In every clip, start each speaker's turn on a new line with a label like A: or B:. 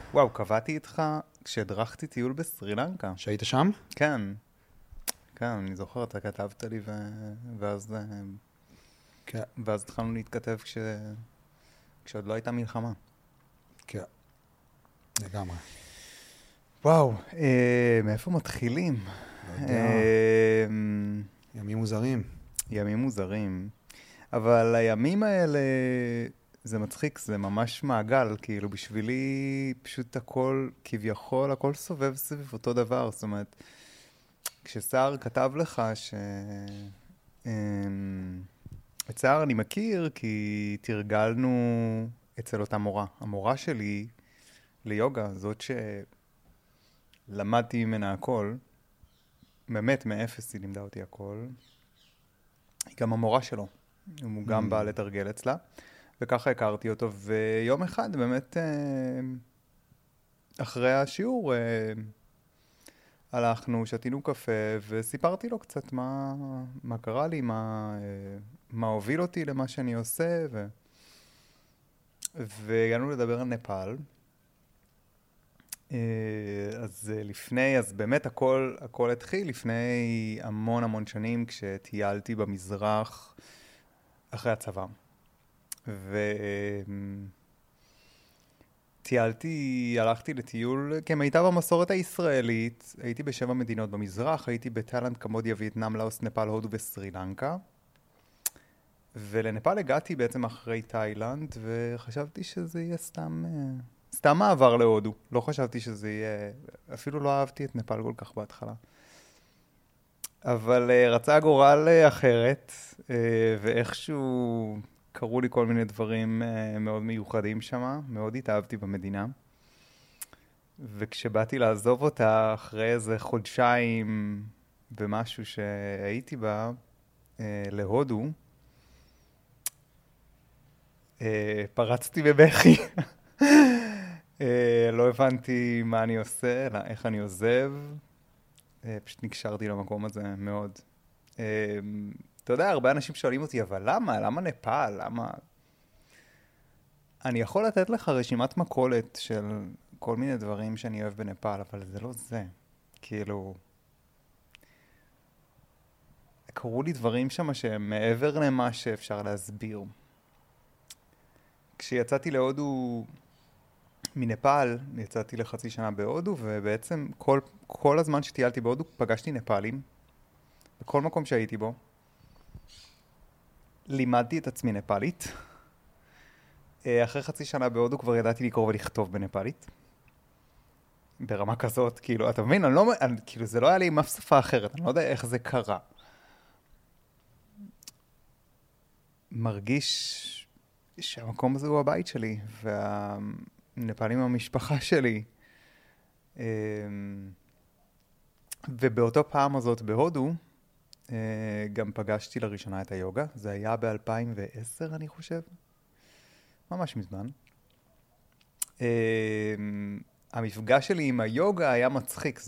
A: וואו, קבעתי איתך כשהדרכתי טיול בסרי לנקה.
B: שהיית שם?
A: כן, כן, אני זוכר, אתה כתבת לי ואז,
B: כן.
A: ואז התחלנו להתכתב כשעוד לא הייתה מלחמה.
B: כן. לגמרי.
A: וואו, מאיפה מתחילים?
B: לא יודע.
A: אה,
B: ימים מוזרים.
A: ימים מוזרים. אבל הימים האלה, זה מצחיק, זה ממש מעגל, כאילו בשבילי פשוט הכל, כביכול, הכל סובב סביב אותו דבר. זאת אומרת, כשסער כתב לך את סער אני מכיר כי תרגלנו אצל אותה מורה. המורה שלי ליוגה, זאת שלמדתי ממנה הכל, באמת מאפס היא לימדה אותי הכל, היא גם המורה שלו. הוא גם בא לתרגל אצלה, וככה הכרתי אותו, ויום אחד באמת אחרי השיעור הלכנו, שתינו קפה, וסיפרתי לו קצת מה קרה לי, מה הוביל אותי למה שאני עושה, והגענו לדבר על נפאל. אז באמת הכל התחיל לפני המון המון שנים, כשטיילתי במזרח אחרי הצבא. הלכתי לטיול כמיטב המסורת הישראלית, הייתי ב7 מדינות במזרח, הייתי בתאילנד, קמבודיה, וייטנאם, לאוס, נפאל, הודו וסרי לנקה. ולנפאל הגעתי בעצם אחרי תאילנד, וחשבתי שזה יהיה סתם מעבר להודו. לא חשבתי שזה יהיה, אפילו לא אהבתי את נפאל כל כך בהתחלה. אבל רצה הגורל אחרת, ואיכשהו קרו לי כל מיני דברים מאוד מיוחדים שם, מאוד התאהבתי במדינה. וכשבאתי לעזוב אותה אחרי איזה חודשיים ומשהו שהייתי בה, להודו, פרצתי בבכי. לא הבנתי מה אני עושה, איך אני עוזב. פשוט נקשרתי למקום הזה מאוד. אתה יודע, הרבה אנשים שואלים אותי, אבל למה? למה נפאל? למה? אני יכול לתת לך רשימת מכולת של כל מיני דברים שאני אוהב בנפאל, אבל זה לא זה. כאילו, קרו לי דברים שם שהם מעבר למה שאפשר להסביר. כשיצאתי להודו מנפאל, יצאתי לחצי שנה בהודו, ובעצם כל הזמן שטיילתי בהודו פגשתי נפאלים, בכל מקום שהייתי בו. לימדתי את עצמי נפאלית. אחרי חצי שנה בהודו כבר ידעתי לקרוא ולכתוב בנפאלית. ברמה כזאת, כאילו, אתה מבין? כאילו, זה לא היה לי עם אף שפה אחרת, אני לא יודע איך זה קרה. מרגיש שהמקום הזה הוא הבית שלי, והנפאלים המשפחה שלי. ובאותו פעם הזאת בהודו, גם פגשתי לראשונה את היוגה. זה היה ב-2010, אני חושב. ממש מזמן. המפגש שלי עם היוגה היה מצחיק.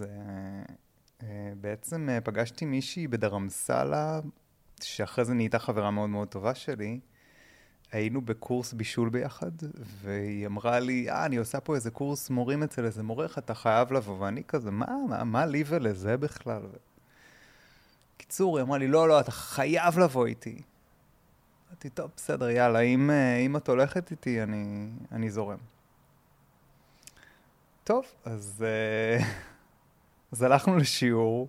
A: בעצם פגשתי מישהי בדרמסלה, שאחרי זה נהייתה חברה מאוד מאוד טובה שלי. היינו בקורס בישול ביחד, והיא אמרה לי, אני עושה פה איזה קורס מורים אצל איזה מורך, אתה חייב לבוא. ואני כזה, מה לי ולזה בכלל? קיצור, היא אמרה לי, לא, אתה חייב לבוא איתי. אמרתי, טוב, בסדר, יאללה, אם את הולכת איתי, אני זורם. טוב, אז הלכנו לשיעור,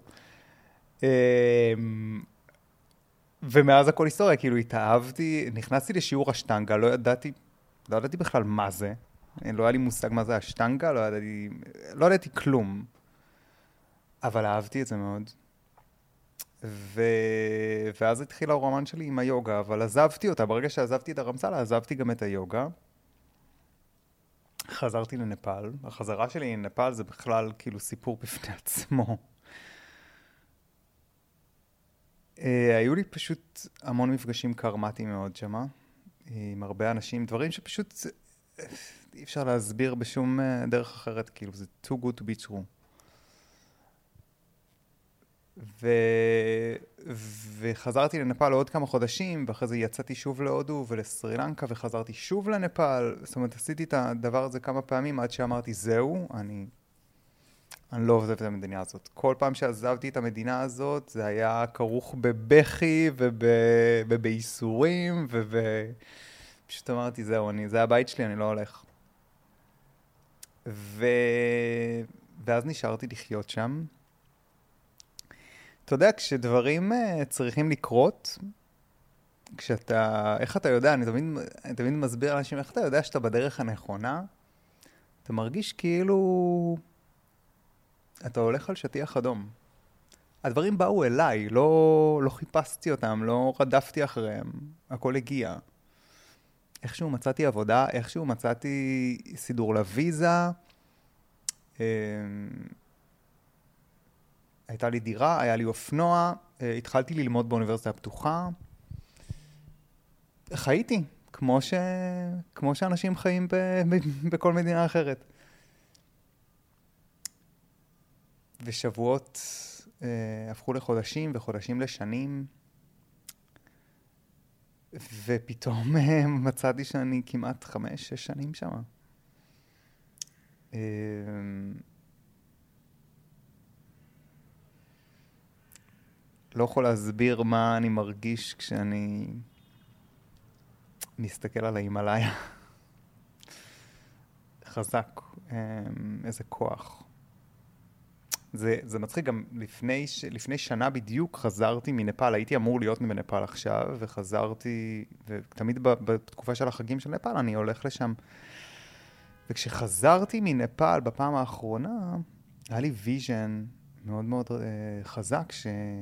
A: ומאז הכל היסטוריה, כאילו התאהבתי, נכנסתי לשיעור השטנגה, לא ידעתי בכלל מה זה, לא היה לי מושג מה זה השטנגה, לא ידעתי כלום, אבל אהבתי את זה מאוד. ואז התחיל הרומן שלי עם היוגה, אבל עזבתי אותה. ברגע שעזבתי את הרמסלה, עזבתי גם את היוגה. חזרתי לנפאל. החזרה שלי לנפאל זה בכלל כאילו סיפור בפני עצמו. היו לי פשוט המון מפגשים קרמטיים מאוד שמה, עם הרבה אנשים, דברים שפשוט אי אפשר להסביר בשום דרך אחרת, כאילו זה too good to be true. ו... וחזרתי לנפאל עוד כמה חודשים, ואחרי זה יצאתי שוב להודו ולסרי לנקה, וחזרתי שוב לנפאל. זאת אומרת, עשיתי את הדבר הזה כמה פעמים, עד שאמרתי, זהו, אני לא עוזב את המדינה הזאת. כל פעם שעזבתי את המדינה הזאת, זה היה כרוך בבכי ובייסורים, פשוט אמרתי, זהו, זה הבית שלי, אני לא הולך. ואז נשארתי לחיות שם. אתה יודע, כשדברים צריכים לקרות, איך אתה יודע, אני תמיד מסביר לאנשים, איך אתה יודע שאתה בדרך הנכונה, אתה מרגיש כאילו אתה הולך על שטיח אדום. הדברים באו אליי, לא חיפשתי אותם, לא רדפתי אחריהם, הכל הגיע. איכשהו מצאתי עבודה, איכשהו מצאתי סידור לוויזה, הייתה לי דירה, היה לי אופנוע, התחלתי ללמוד באוניברסיטה הפתוחה. חייתי, כמו שאנשים חיים בכל מדינה אחרת. ושבועות הפכו לחודשים וחודשים לשנים. ופתאום מצאתי שאני כמעט 5-6 שנים שם. לא יכול להסביר מה אני מרגיש כשאני מסתכל על ההימאליה. חזק, איזה כוח. זה מצחיק, גם לפני שנה בדיוק חזרתי מנפאל, הייתי אמור להיות מנפאל עכשיו, וחזרתי, ותמיד בתקופה של החגים של נפאל אני הולך לשם. וכשחזרתי מנפאל בפעם האחרונה, היה לי ויז'ן מאוד מאוד חזק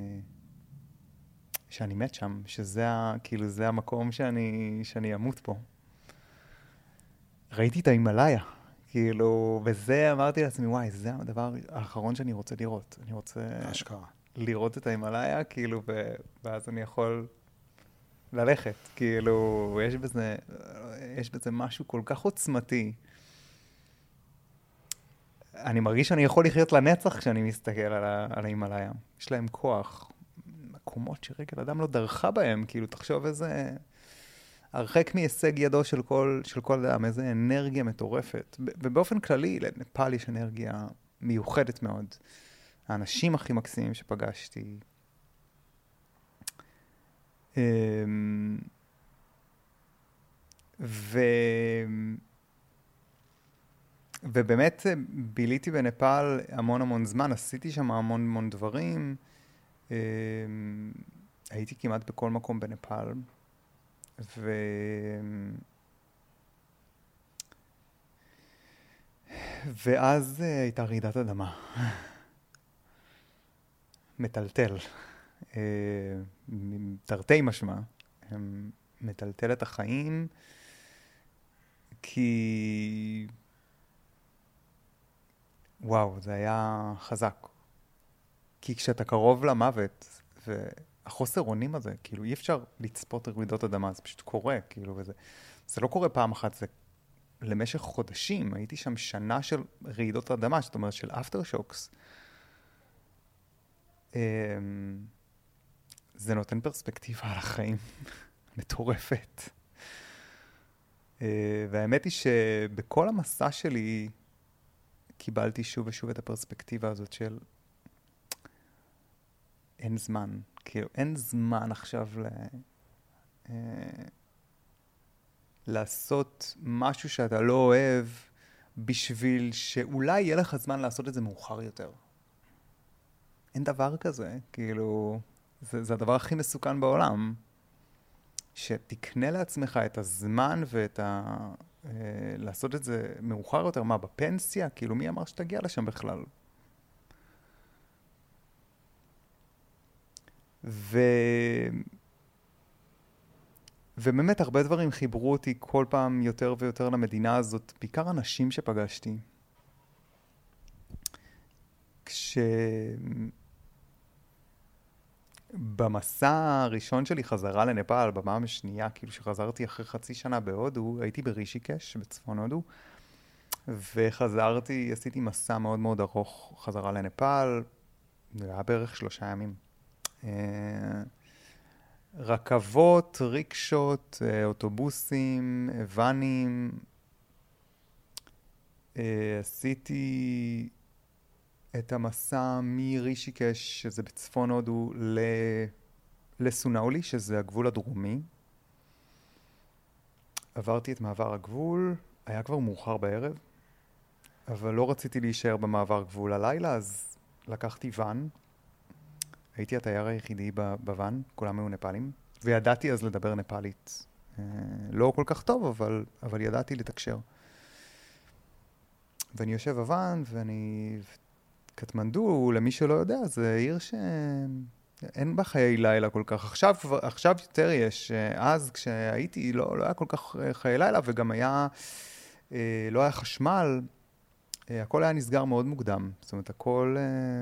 A: שאני מת שם, כאילו זה המקום שאני אמות פה. ראיתי את ההימאליה. כאילו, וזה אמרתי לעצמי, וואי, זה הדבר האחרון שאני רוצה לראות. אני רוצה לראות את ההימאליה, כאילו, ואז אני יכול ללכת. כאילו, יש בזה משהו כל כך עוצמתי. אני מרגיש שאני יכול לחיות לנצח כשאני מסתכל על ההימאליה. יש להם כוח. מקומות שרגל אדם לא דרכה בהם, כאילו, תחשוב איזה הרחק מהישג ידו של כל אדם, איזה אנרגיה מטורפת. ובאופן כללי, לנפאל יש אנרגיה מיוחדת מאוד. האנשים הכי מקסימים שפגשתי. ובאמת ביליתי בנפאל המון זמן, עשיתי שם המון דברים. הייתי כמעט בכל מקום בנפאל. ואז הייתה רעידת אדמה. מטלטל. תרתי משמע. מטלטל את החיים, כי וואו, זה היה חזק. כי כשאתה קרוב למוות, והחוסר אונים הזה, כאילו אי אפשר לצפות רעידות אדמה, זה פשוט קורה, כאילו, זה לא קורה פעם אחת, זה למשך חודשים, הייתי שם שנה של רעידות אדמה, זאת אומרת של אפטר שוקס. זה נותן פרספקטיבה על החיים, מטורפת. והאמת היא שבכל המסע שלי, קיבלתי שוב ושוב את הפרספקטיבה הזאת של אין זמן, כאילו אין זמן עכשיו לעשות משהו שאתה לא אוהב בשביל שאולי יהיה לך זמן לעשות את זה מאוחר יותר. אין דבר כזה, כאילו זה הדבר הכי מסוכן בעולם, שתקנה לעצמך את הזמן לעשות את זה מאוחר יותר, מה, בפנסיה? כאילו, מי אמר שתגיע לשם בכלל? ובאמת הרבה דברים חיברו אותי כל פעם יותר ויותר למדינה הזאת, בעיקר אנשים שפגשתי. במסע הראשון שלי חזרה לנפאל, בפעם השנייה, כאילו שחזרתי אחרי חצי שנה בהודו, הייתי ברישיקש, בצפון הודו, וחזרתי, עשיתי מסע מאוד מאוד ארוך חזרה לנפאל, זה היה בערך 3 ימים. רכבות, ריקשות, אוטובוסים, ואנים. עשיתי את המסע מרישיקש, שזה בצפון הודו, לסונאולי, שזה הגבול הדרומי. עברתי את מעבר הגבול, היה כבר מאוחר בערב, אבל לא רציתי להישאר במעבר גבול הלילה, אז לקחתי ואן. הייתי התייר היחידי בוואן, כולם היו נפאלים, וידעתי אז לדבר נפאלית. לא כל כך טוב, אבל ידעתי לתקשר. ואני יושב בוואן, קטמנדו, למי שלא יודע, זה עיר שאין בה חיי לילה כל כך. עכשיו יותר יש. אז כשהייתי לא היה כל כך חיי לילה, וגם לא היה חשמל. הכל היה נסגר מאוד מוקדם. זאת אומרת, הכל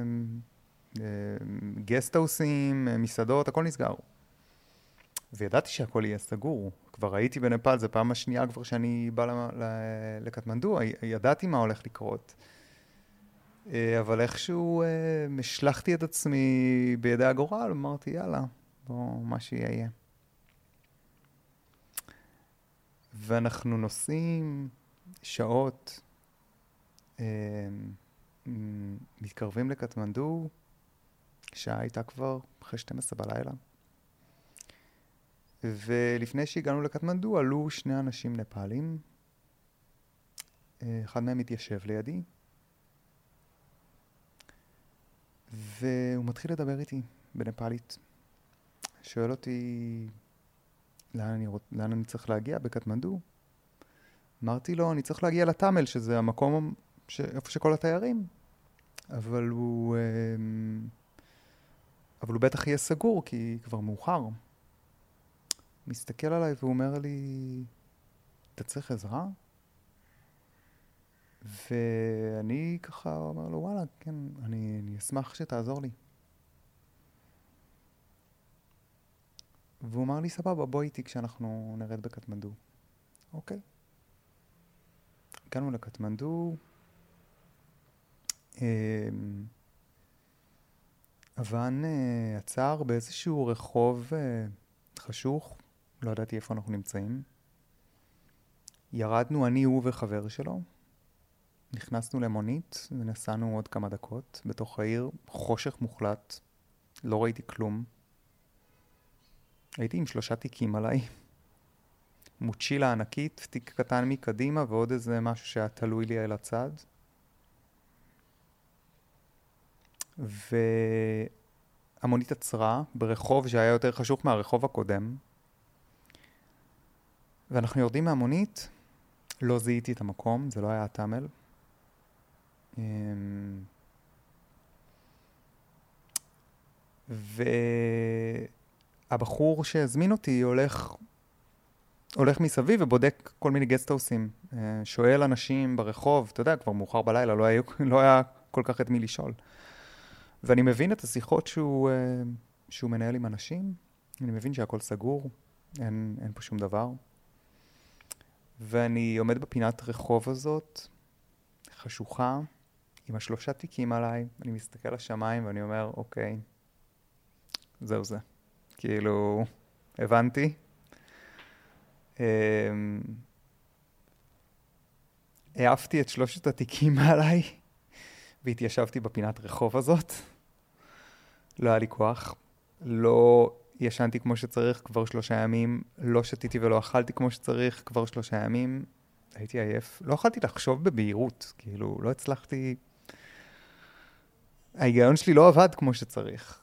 A: גסטהאוסים, מסעדות, הכל נסגר. וידעתי שהכל יהיה סגור. כבר הייתי בנפאל, זו פעם השנייה כבר שאני בא לקטמנדו, ידעתי מה הולך לקרות. אבל איכשהו השלכתי את עצמי בידי הגורל, אמרתי יאללה, בוא, מה שיהיה. ואנחנו נוסעים שעות, מתקרבים לקטמנדו, שעה הייתה כבר אחרי 12 בלילה. ולפני שהגענו לקטמנדו, עלו 2 אנשים נפאלים. אחד מהם התיישב לידי. והוא מתחיל לדבר איתי בנפאלית. שואל אותי, לאן אני צריך להגיע בקטמנדו? אמרתי לו, אני צריך להגיע לטאמל, שזה המקום איפה שכל התיירים. אבל הוא בטח יהיה סגור, כי כבר מאוחר. מסתכל עליי והוא אומר לי, אתה צריך עזרה? ואני ככה אומר לו, וואלה, כן, אני אשמח שתעזור לי. והוא אמר לי, סבבה, בוא איתי כשאנחנו נרד בקטמנדו. אוקיי. הגענו לקטמנדו. הוואן עצר באיזשהו רחוב חשוך. לא ידעתי איפה אנחנו נמצאים. ירדנו, אני, הוא וחבר שלו. נכנסנו למונית ונסענו עוד כמה דקות. בתוך העיר, חושך מוחלט. לא ראיתי כלום. הייתי עם 3 תיקים עליי. מוצ'ילה ענקית, תיק קטן מקדימה ועוד איזה משהו שהיה תלוי לי על הצד. והמונית עצרה ברחוב שהיה יותר חשוך מהרחוב הקודם. ואנחנו יורדים מהמונית, לא זיהיתי את המקום, זה לא היה הטאמל. והבחור שהזמין אותי הולך מסביב ובודק כל מיני גסטהאוסים. שואל אנשים ברחוב, אתה יודע, כבר מאוחר בלילה, לא היה כל כך את מי לשאול. ואני מבין את השיחות שהוא מנהל עם אנשים, אני מבין שהכל סגור, אין פה שום דבר. ואני עומד בפינת רחוב הזאת, חשוכה, עם 3 תיקים עליי, אני מסתכל לשמיים ואני אומר, אוקיי, זהו זה. כאילו, הבנתי. העפתי את 3 התיקים עליי, והתיישבתי בפינת רחוב הזאת. לא היה לי כוח. לא ישנתי כמו שצריך כבר 3 ימים. לא שתיתי ולא אכלתי כמו שצריך כבר 3 ימים. הייתי עייף. לא יכולתי לחשוב בבהירות. כאילו, לא הצלחתי... ההיגיון שלי לא עבד כמו שצריך.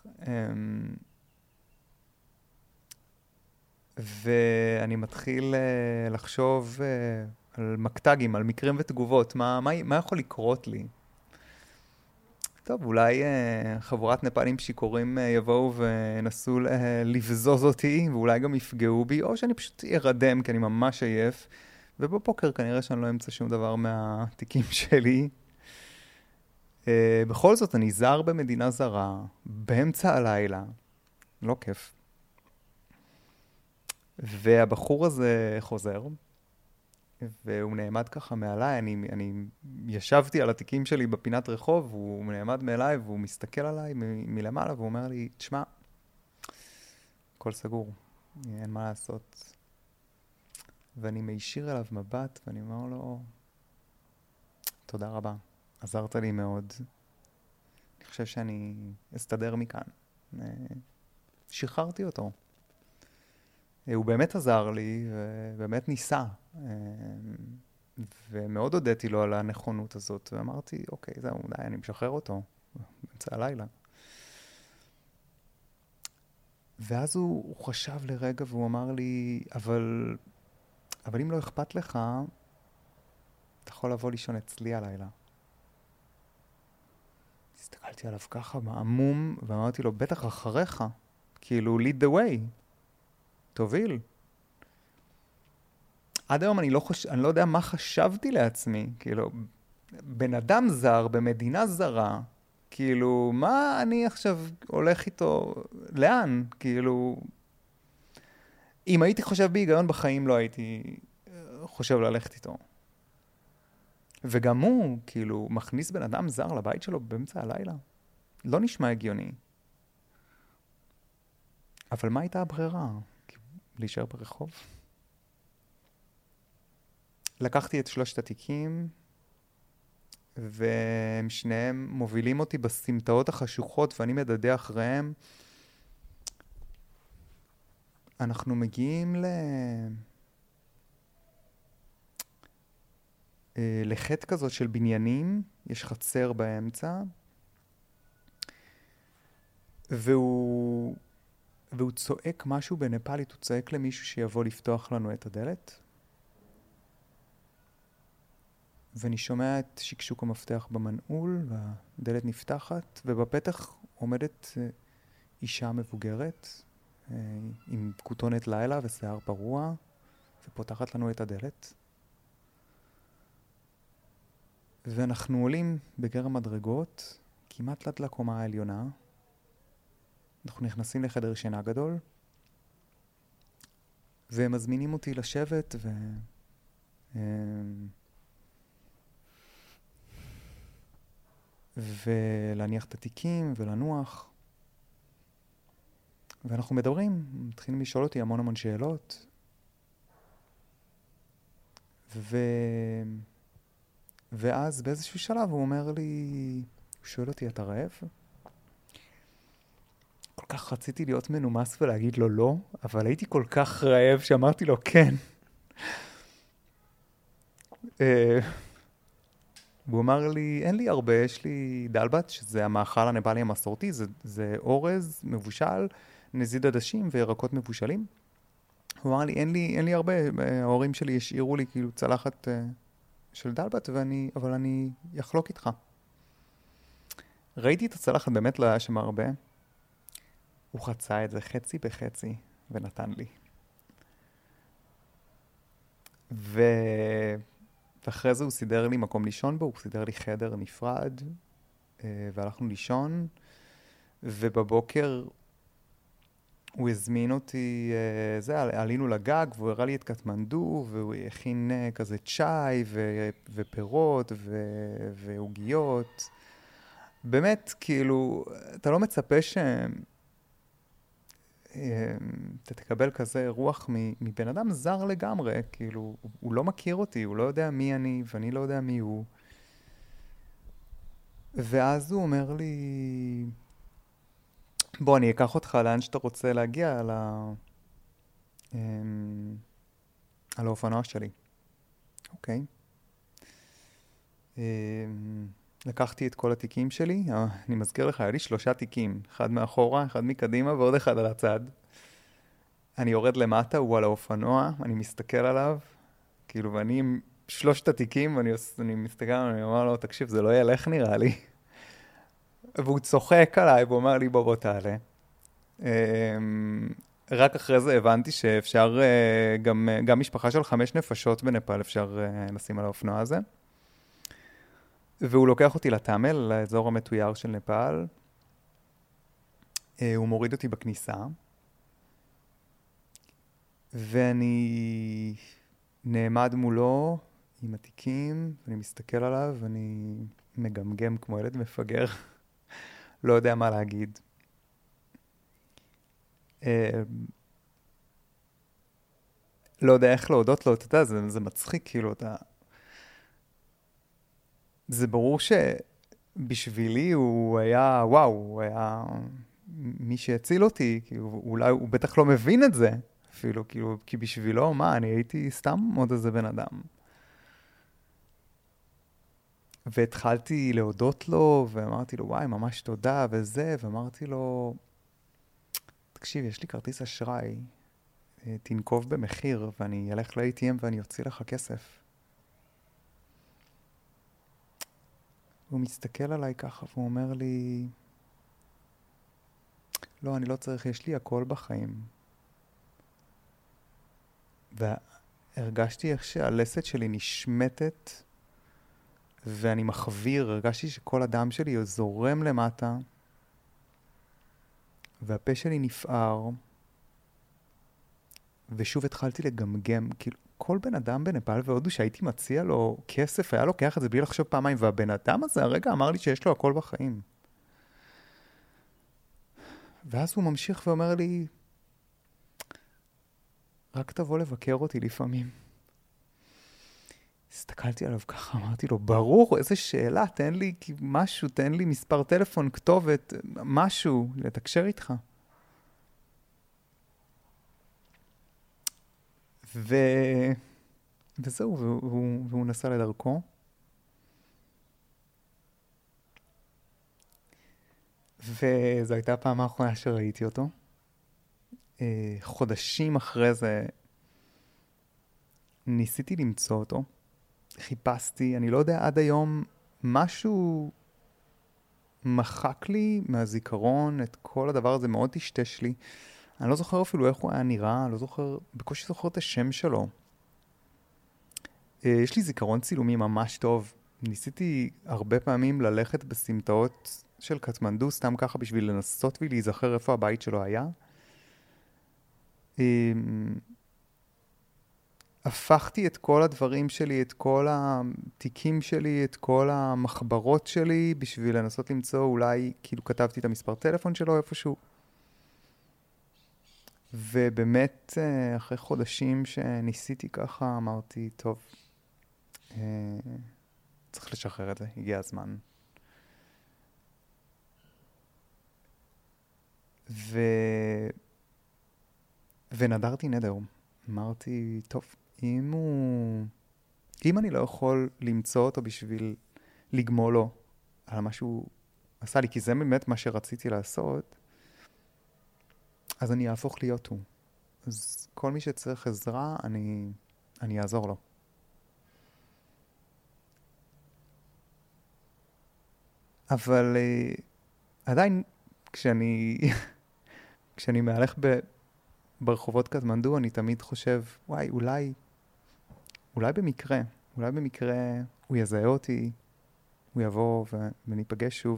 A: ואני מתחיל לחשוב על מקטגים, על מקרים ותגובות. מה יכול לקרות לי? טוב, אולי חבורת נפאלים שיכורים יבואו ונסו לבזוז אותי, ואולי גם יפגעו בי, או שאני פשוט ירדם, כי אני ממש עייף, ובבוקר כנראה שאני לא אמצא שום דבר מהתיקים שלי. בכל זאת, אני זר במדינה זרה, באמצע הלילה, לא כיף. והבחור הזה חוזר, והוא נעמד ככה מעליי, אני ישבתי על התיקים שלי בפינת רחוב, הוא נעמד מעליי והוא מסתכל עליי מלמעלה, והוא אומר לי, תשמע, הכל סגור, אין מה לעשות. ואני מישיר אליו מבט, ואני אומר לו, תודה רבה, עזרת לי מאוד. אני חושב שאני אסתדר מכאן. שחררתי אותו. הוא באמת עזר לי, ובאמת ניסה. ומאוד הודיתי לו על הנכונות הזאת, ואמרתי, אוקיי, זהו, די, אני משחרר אותו באמצע הלילה. ואז הוא חשב לרגע והוא אמר לי, אבל אם לא אכפת לך, אתה יכול לבוא לישון אצלי הלילה. הסתכלתי עליו ככה, מעמום, ואמרתי לו, בטח אחריך, כאילו, lead the way, תוביל. עד היום אני לא יודע מה חשבתי לעצמי, כאילו, בן אדם זר במדינה זרה, כאילו, מה אני עכשיו הולך איתו, לאן? כאילו, אם הייתי חושב בהיגיון בחיים, לא הייתי חושב ללכת איתו. וגם הוא, כאילו, מכניס בן אדם זר לבית שלו באמצע הלילה. לא נשמע הגיוני. אבל מה הייתה הברירה? להישאר ברחוב? לקחתי את 3 התיקים, והם שניהם מובילים אותי בסמטאות החשוכות, ואני מדדה אחריהם. אנחנו מגיעים לחטא כזאת של בניינים, יש חצר באמצע, והוא צועק משהו בנפאלית, הוא צועק למישהו שיבוא לפתוח לנו את הדלת, ואני שומע את שקשוק המפתח במנעול, והדלת נפתחת, ובפתח עומדת אישה מבוגרת, עם כותונת לילה ושיער פרוע, ופותחת לנו את הדלת. ואנחנו עולים בגר המדרגות, כמעט עד לקומה העליונה. אנחנו נכנסים לחדר שינה גדול, והם מזמינים אותי לשבת ולהניח את התיקים ולנוח. ואנחנו מדברים, מתחילים לשאול אותי המון שאלות. ואז באיזשהו שלב הוא אומר לי, הוא שואל אותי, אתה רעב? כל כך רציתי להיות מנומס ולהגיד לו לא, אבל הייתי כל כך רעב שאמרתי לו כן. הוא אמר לי, אין לי הרבה, יש לי דלבת, שזה המאכל הנפאלי המסורתי, זה אורז מבושל, נזיד עדשים וירקות מבושלים. הוא אמר לי, אין לי הרבה, ההורים שלי השאירו לי כאילו צלחת של דלבת, אבל אני אחלוק איתך. ראיתי את הצלחת, באמת לא היה שם הרבה. הוא חצה את זה חצי בחצי ונתן לי. ואחרי זה הוא סידר לי מקום לישון בו, הוא סידר לי חדר נפרד, והלכנו לישון, ובבוקר הוא הזמין אותי, עלינו לגג, והוא הראה לי את קטמנדו, והוא הכין כזה צ'אי ופירות ועוגיות. באמת, כאילו, אתה לא מצפה אתה תקבל כזה רוח מבן אדם זר לגמרי, כאילו, הוא לא מכיר אותי, הוא לא יודע מי אני, ואני לא יודע מי הוא. ואז הוא אומר לי, בוא, אני אקח אותך לאן שאתה רוצה להגיע, על האופנוע שלי. אוקיי. לקחתי את כל התיקים שלי, אני מזכיר לך, היה לי 3 תיקים, אחד מאחורה, אחד מקדימה ועוד אחד על הצד. אני יורד למטה, הוא על האופנוע, אני מסתכל עליו, כאילו, ואני עם 3 התיקים, אני מסתכל עליו, אני אומר לו, תקשיב, זה לא ילך נראה לי. והוא צוחק עליי, והוא אומר לי, בוא תעלה. רק אחרי זה הבנתי שאפשר, גם משפחה של 5 נפשות בנפאל אפשר לשים על האופנוע הזה. והוא לוקח אותי לטאמל, לאזור המתויר של נפאל. הוא מוריד אותי בכניסה. ואני נעמד מולו עם התיקים, אני מסתכל עליו, ואני מגמגם כמו ילד מפגר. לא יודע מה להגיד. לא יודע איך להודות לו, אתה יודע, זה מצחיק, כאילו, זה ברור שבשבילי הוא היה, וואו, הוא היה מי שהציל אותי, כאילו, אולי הוא בטח לא מבין את זה, אפילו, כאילו, כי בשבילו, מה, אני הייתי סתם עוד איזה בן אדם. והתחלתי להודות לו, ואמרתי לו, וואי, ממש תודה, וזה, ואמרתי לו, תקשיב, יש לי כרטיס אשראי, תנקוב במחיר, ואני אלך ל-ATM ואני אוציא לך כסף. הוא מסתכל עליי ככה, והוא אומר לי, לא, אני לא צריך, יש לי הכל בחיים. והרגשתי איך שהלסת שלי נשמטת, ואני מחוויר, הרגשתי שכל הדם שלי זורם למטה, והפה שלי נפער, ושוב התחלתי לגמגם, כאילו, כל בן אדם בנפאל והודו שהייתי מציע לו כסף, היה לוקח את זה בלי לחשוב פעמיים, והבן אדם הזה הרגע אמר לי שיש לו הכל בחיים. ואז הוא ממשיך ואומר לי, רק תבוא לבקר אותי לפעמים. הסתכלתי עליו ככה, אמרתי לו, ברור, איזה שאלה, תן לי משהו, תן לי מספר טלפון, כתובת, משהו, לתקשר איתך. וזהו, והוא נסע לדרכו. וזו הייתה הפעם האחרונה שראיתי אותו. חודשים אחרי זה ניסיתי למצוא אותו. חיפשתי, אני לא יודע, עד היום משהו מחק לי מהזיכרון את כל הדבר הזה, מאוד תשתש לי. אני לא זוכר אפילו איך הוא היה נראה, לא זוכר, בקושי זוכר את השם שלו. יש לי זיכרון צילומי ממש טוב. ניסיתי הרבה פעמים ללכת בסמטאות של קטמנדו, סתם ככה בשביל לנסות ולהיזכר איפה הבית שלו היה. הפכתי את כל הדברים שלי, את כל התיקים שלי, את כל המחברות שלי, בשביל לנסות למצוא, אולי כאילו כתבתי את המספר טלפון שלו איפשהו. ובאמת, אחרי חודשים שניסיתי ככה, אמרתי, טוב, צריך לשחרר את זה, הגיע הזמן. ונדרתי נדר. אמרתי, טוב, אם אני לא יכול למצוא אותו בשביל לגמול לו על מה שהוא עשה לי, כי זה באמת מה שרציתי לעשות, אז אני אהפוך להיות הוא. אז כל מי שצריך עזרה, אני אעזור לו. אבל עדיין, כשאני מהלך ברחובות קטמנדו, אני תמיד חושב, וואי, אולי במקרה הוא יזהה אותי, הוא יבוא וניפגש שוב.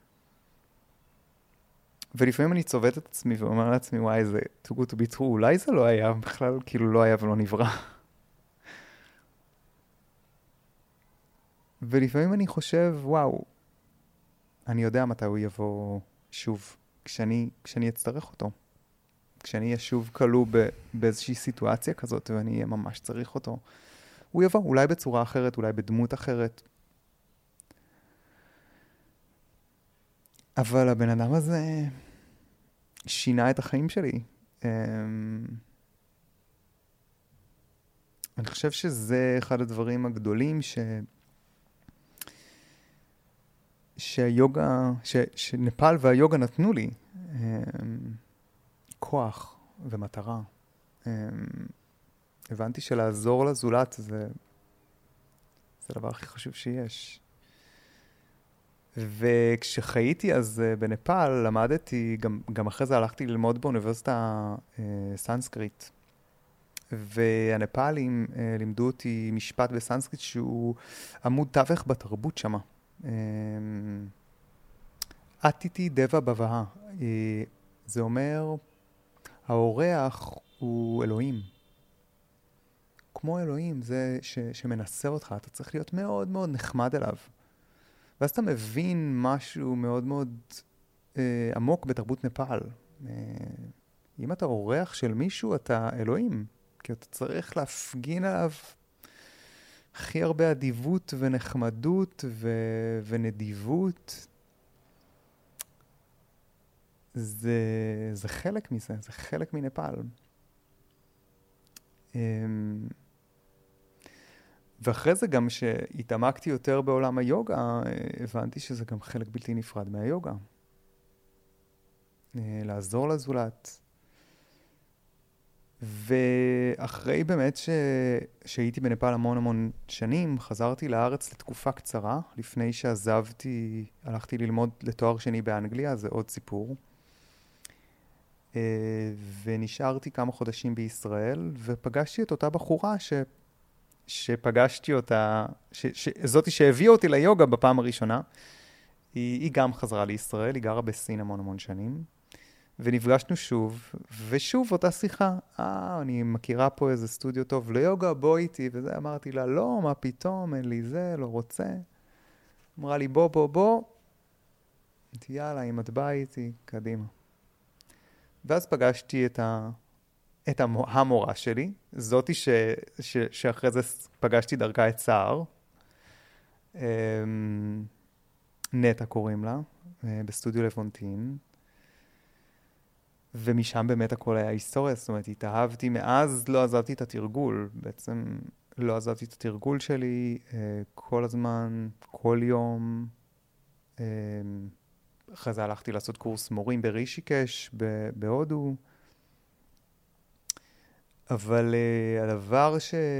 A: ולפעמים אני צובט את עצמי ואומר לעצמי, וואי, זה too good to be true, אולי זה לא היה, בכלל כאילו לא היה ולא נברא. ולפעמים אני חושב, וואו, אני יודע מתי הוא יבוא שוב, כשאני אצטרך אותו. כשאני אהיה שוב כלוא באיזושהי סיטואציה כזאת, ואני אהיה ממש צריך אותו. הוא יבוא, אולי בצורה אחרת, אולי בדמות אחרת. אבל הבן אדם הזה שינה את החיים שלי. אני חושב שזה אחד הדברים הגדולים שנפאל והיוגה נתנו לי. כוח ומטרה. הבנתי שלעזור לזולת זה הדבר הכי חשוב שיש. וכשחייתי אז בנפאל למדתי, גם אחרי זה הלכתי ללמוד באוניברסיטה סנסקריט. והנפאלים לימדו אותי משפט בסנסקריט שהוא עמוד תווך בתרבות שמה. אטיטי דבה בבאה. זה אומר, האורח הוא אלוהים. כמו אלוהים, זה שמנסה אותך, אתה צריך להיות מאוד מאוד נחמד אליו. ואז אתה מבין משהו מאוד מאוד עמוק בתרבות נפאל. אם אתה אורח של מישהו, אתה אלוהים. כי אתה צריך להפגין עליו הכי הרבה אדיבות ונחמדות ונדיבות. זה חלק מזה, זה חלק מנפאל. ואחרי זה גם שהתעמקתי יותר בעולם היוגה, הבנתי שזה גם חלק בלתי נפרד מהיוגה. לעזור לזולת. ואחרי באמת שהייתי בנפאל המון המון שנים, חזרתי לארץ לתקופה קצרה, לפני שעזבתי, הלכתי ללמוד לתואר שני באנגליה, זה עוד סיפור. ונשארתי כמה חודשים בישראל, ופגשתי את אותה בחורה שפגשתי אותה, זאתי שהביאה אותי ליוגה בפעם הראשונה. היא גם חזרה לישראל, היא גרה בסין המון המון שנים. ונפגשנו שוב, ושוב אותה שיחה. אני מכירה פה איזה סטודיו טוב ליוגה, בוא איתי, וזה אמרתי לה, לא, מה פתאום, אין לי זה, לא רוצה. אמרה לי, בוא. אמרתי, יאללה, אם את באה איתי, קדימה. ואז פגשתי את המורה שלי, זאתי שאחרי זה פגשתי דרכה את סער. נטה קוראים לה, בסטודיו לבונטין. ומשם באמת הכל היה היסטוריה, זאת אומרת, התאהבתי, מאז לא עזבתי את התרגול, בעצם לא עזבתי את התרגול שלי כל הזמן, כל יום. אחרי זה הלכתי לעשות קורס מורים ברישיקש, בהודו. אבל הדבר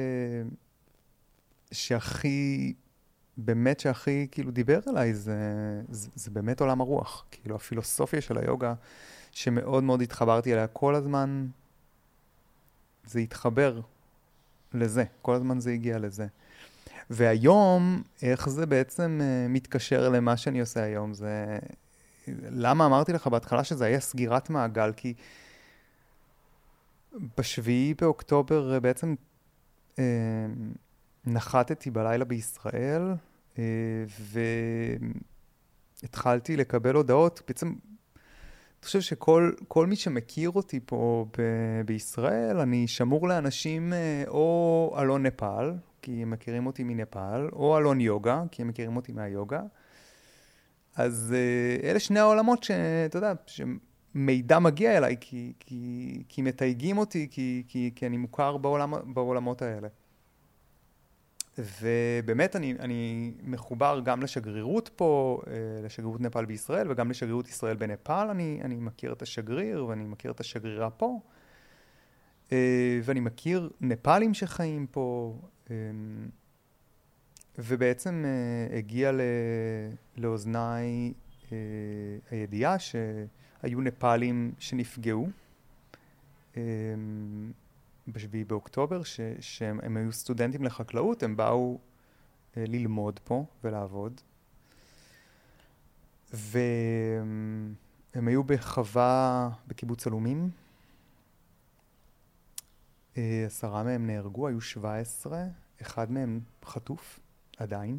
A: שהכי כאילו דיבר אליי, זה באמת עולם הרוח. כאילו הפילוסופיה של היוגה, שמאוד מאוד התחברתי אליה כל הזמן, זה התחבר לזה, כל הזמן זה הגיע לזה. והיום, איך זה בעצם מתקשר למה שאני עושה היום, זה... למה אמרתי לך בהתחלה שזה היה סגירת מעגל? כי בשביעי באוקטובר בעצם נחתתי בלילה בישראל, והתחלתי לקבל הודעות, בעצם אני חושב שכל מי שמכיר אותי פה בישראל, אני שמור לאנשים או אלון נפאל, כי הם מכירים אותי מנפאל, או אלון יוגה, כי הם מכירים אותי מהיוגה. אז אלה שני העולמות שאתה יודע, שמידע מגיע אליי, כי מתייגים אותי, כי אני מוכר בעולמות האלה. ובאמת אני מחובר גם לשגרירות פה, לשגרירות נפאל בישראל, וגם לשגרירות ישראל בנפאל. אני מכיר את השגריר, ואני מכיר את השגרירה פה. ואני מכיר נפאלים שחיים פה. ובעצם הגיע לאוזניי הידיעה שהיו נפאלים שנפגעו. בשביעי באוקטובר, שהם היו סטודנטים לחקלאות, הם באו ללמוד פה ולעבוד. והם היו בחווה בקיבוץ אלומים. 10 מהם נהרגו, היו 17, אחד מהם חטוף, עדיין.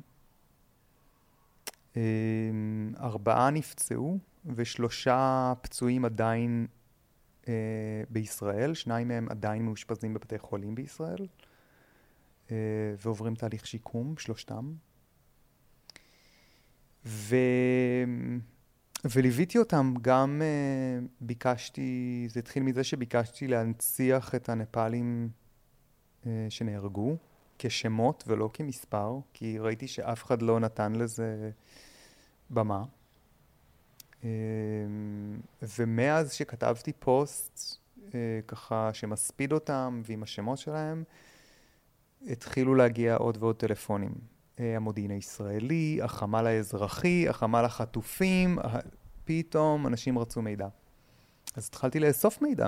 A: 4 נפצעו, ו3 פצועים עדיין בישראל, 2 מהם עדיין מאושפזים בבתי חולים בישראל, ועוברים תהליך שיקום, 3. וליוויתי אותם, גם ביקשתי, זה התחיל מזה שביקשתי להנציח את הנפאלים שנהרגו, כשמות ולא כמספר, כי ראיתי שאף אחד לא נתן לזה במה. ומאז שכתבתי פוסט ככה שמספיד אותם ועם השמות שלהם, התחילו להגיע עוד ועוד טלפונים. המודיעין הישראלי, החמ"ל האזרחי, החמ"ל החטופים, פתאום אנשים רצו מידע. אז התחלתי לאסוף מידע.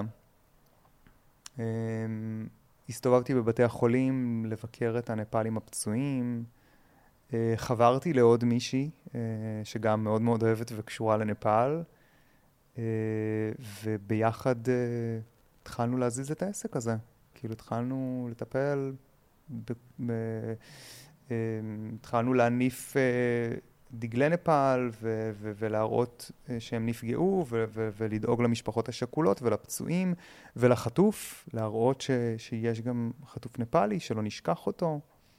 A: הסתובבתי בבתי החולים לבקר את הנפאלים הפצועים, חברתי לעוד מישהי שגם מאוד מאוד אוהבת וקשורה לנפאל, וביחד התחלנו להזיז את העסק הזה. כאילו התחלנו לטפל התחלנו להניף דגלי נפאל ולהראות שהם נפגעו ולדאוג למשפחות השכולות ולפצועים ולחטוף, להראות שיש גם חטוף נפאלי, שלא נשכח אותו.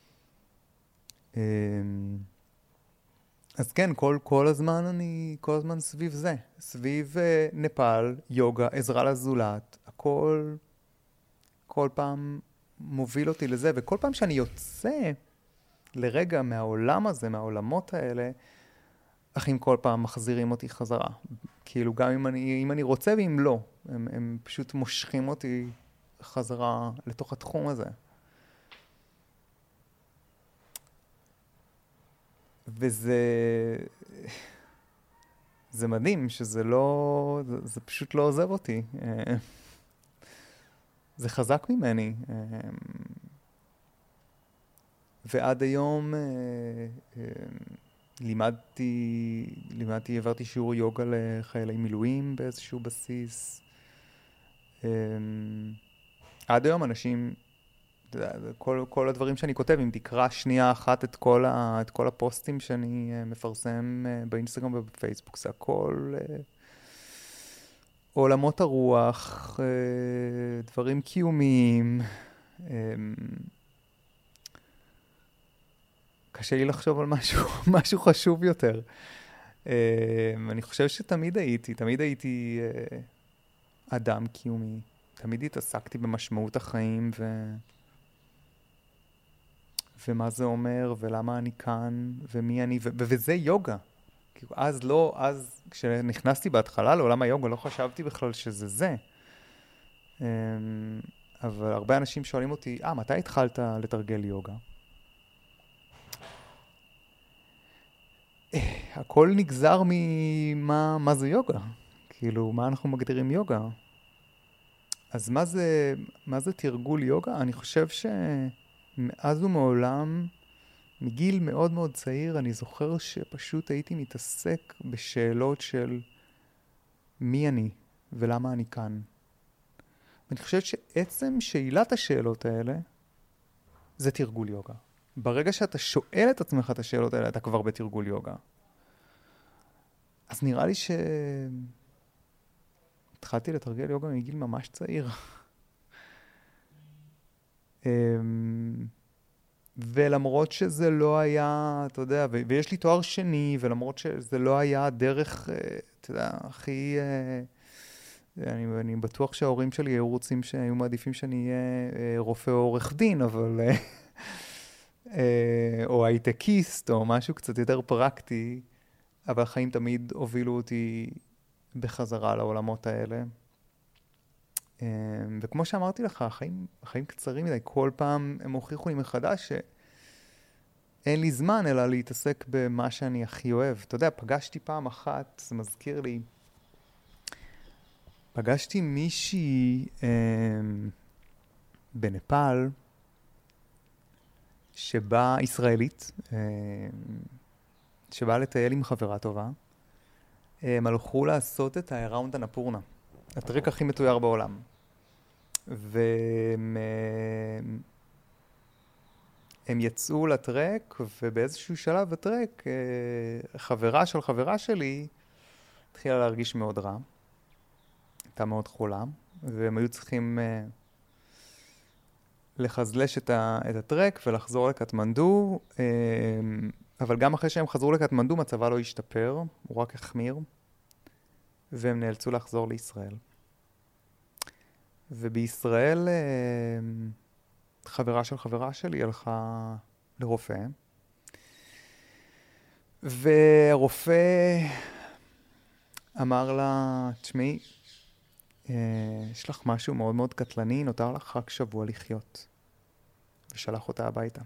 A: אז כן, כל הזמן סביב זה, סביב נפאל, יוגה, עזרה לזולת, הכל כל פעם מוביל אותי לזה, וכל פעם שאני יוצא לרגע מהעולם הזה, מהעולמות האלה, אחים כל פעם מחזירים אותי חזרה. כאילו גם אם אני רוצה ואם לא, הם פשוט מושכים אותי חזרה לתוך התחום הזה. זה מדהים שזה לא, זה פשוט לא עוזב אותי. זה חזק ממני. ועד היום העברתי שיעור יוגה לחיילי מילואים באיזשהו בסיס. עד היום אנשים, כל הדברים שאני כותב, אם תקרא שנייה אחת את כל הפוסטים שאני מפרסם באינסטגרם ובפייסבוק, זה הכל עולמות הרוח, דברים קיומיים. קשה לי לחשוב על משהו חשוב יותר. אני חושב שתמיד הייתי אדם קיומי. תמיד התעסקתי במשמעות החיים ומה זה אומר ולמה אני כאן ומי אני, וזה יוגה. אז כשנכנסתי בהתחלה לעולם היוגה לא חשבתי בכלל שזה זה. אבל הרבה אנשים שואלים אותי, מתי התחלת לתרגל יוגה? הכל נגזר מה זה יוגה. כאילו, מה אנחנו מגדירים יוגה? אז מה זה תרגול יוגה? אני חושב שמאז ומעולם, מגיל מאוד מאוד צעיר, אני זוכר שפשוט הייתי מתעסק בשאלות של מי אני ולמה אני כאן. ואני חושב שעצם שאלת השאלות האלה, זה תרגול יוגה. ברגע שאתה שואל את עצמך את השאלות האלה, אתה כבר בתרגול יוגה. אז נראה לי התחלתי לתרגל יוגה מגיל ממש צעיר. ולמרות שזה לא היה, אתה יודע, ויש לי תואר שני, ולמרות שזה לא היה הדרך, אתה יודע, הכי... אני בטוח שההורים שלי היו רוצים שהיו מעדיפים שאני אהיה רופא או עורך דין, אבל... או הייטקיסט, או משהו קצת יותר פרקטי, אבל החיים תמיד הובילו אותי בחזרה לעולמות האלה. וכמו שאמרתי לך, החיים קצרים מדי, כל פעם הם הוכיחו לי מחדש שאין לי זמן אלא להתעסק במה שאני הכי אוהב. אתה יודע, פגשתי פעם אחת, זה מזכיר לי, פגשתי מישהי בנפאל, שבאה ישראלית, שבאה לטייל עם חברה טובה. הם הלכו לעשות את האראונד הנפורנה, הטרק הכי מתויר בעולם. והם יצאו לטרק, ובאיזשהו שלב בטרק, חברה של חברה שלי התחילה להרגיש מאוד רע. הייתה מאוד חולה, והם היו צריכים לחזלש את הטרק ולחזור לקטמנדו, אבל גם אחרי שהם חזרו לקטמנדו מצבה לא השתפר, הוא רק החמיר, והם נאלצו לחזור לישראל. ובישראל חברה של חברה שלי הלכה לרופא, והרופא אמר לה, תשמעי, יש לך משהו מאוד מאוד קטלני, נותר לך רק שבוע לחיות. ושלח אותה הביתה.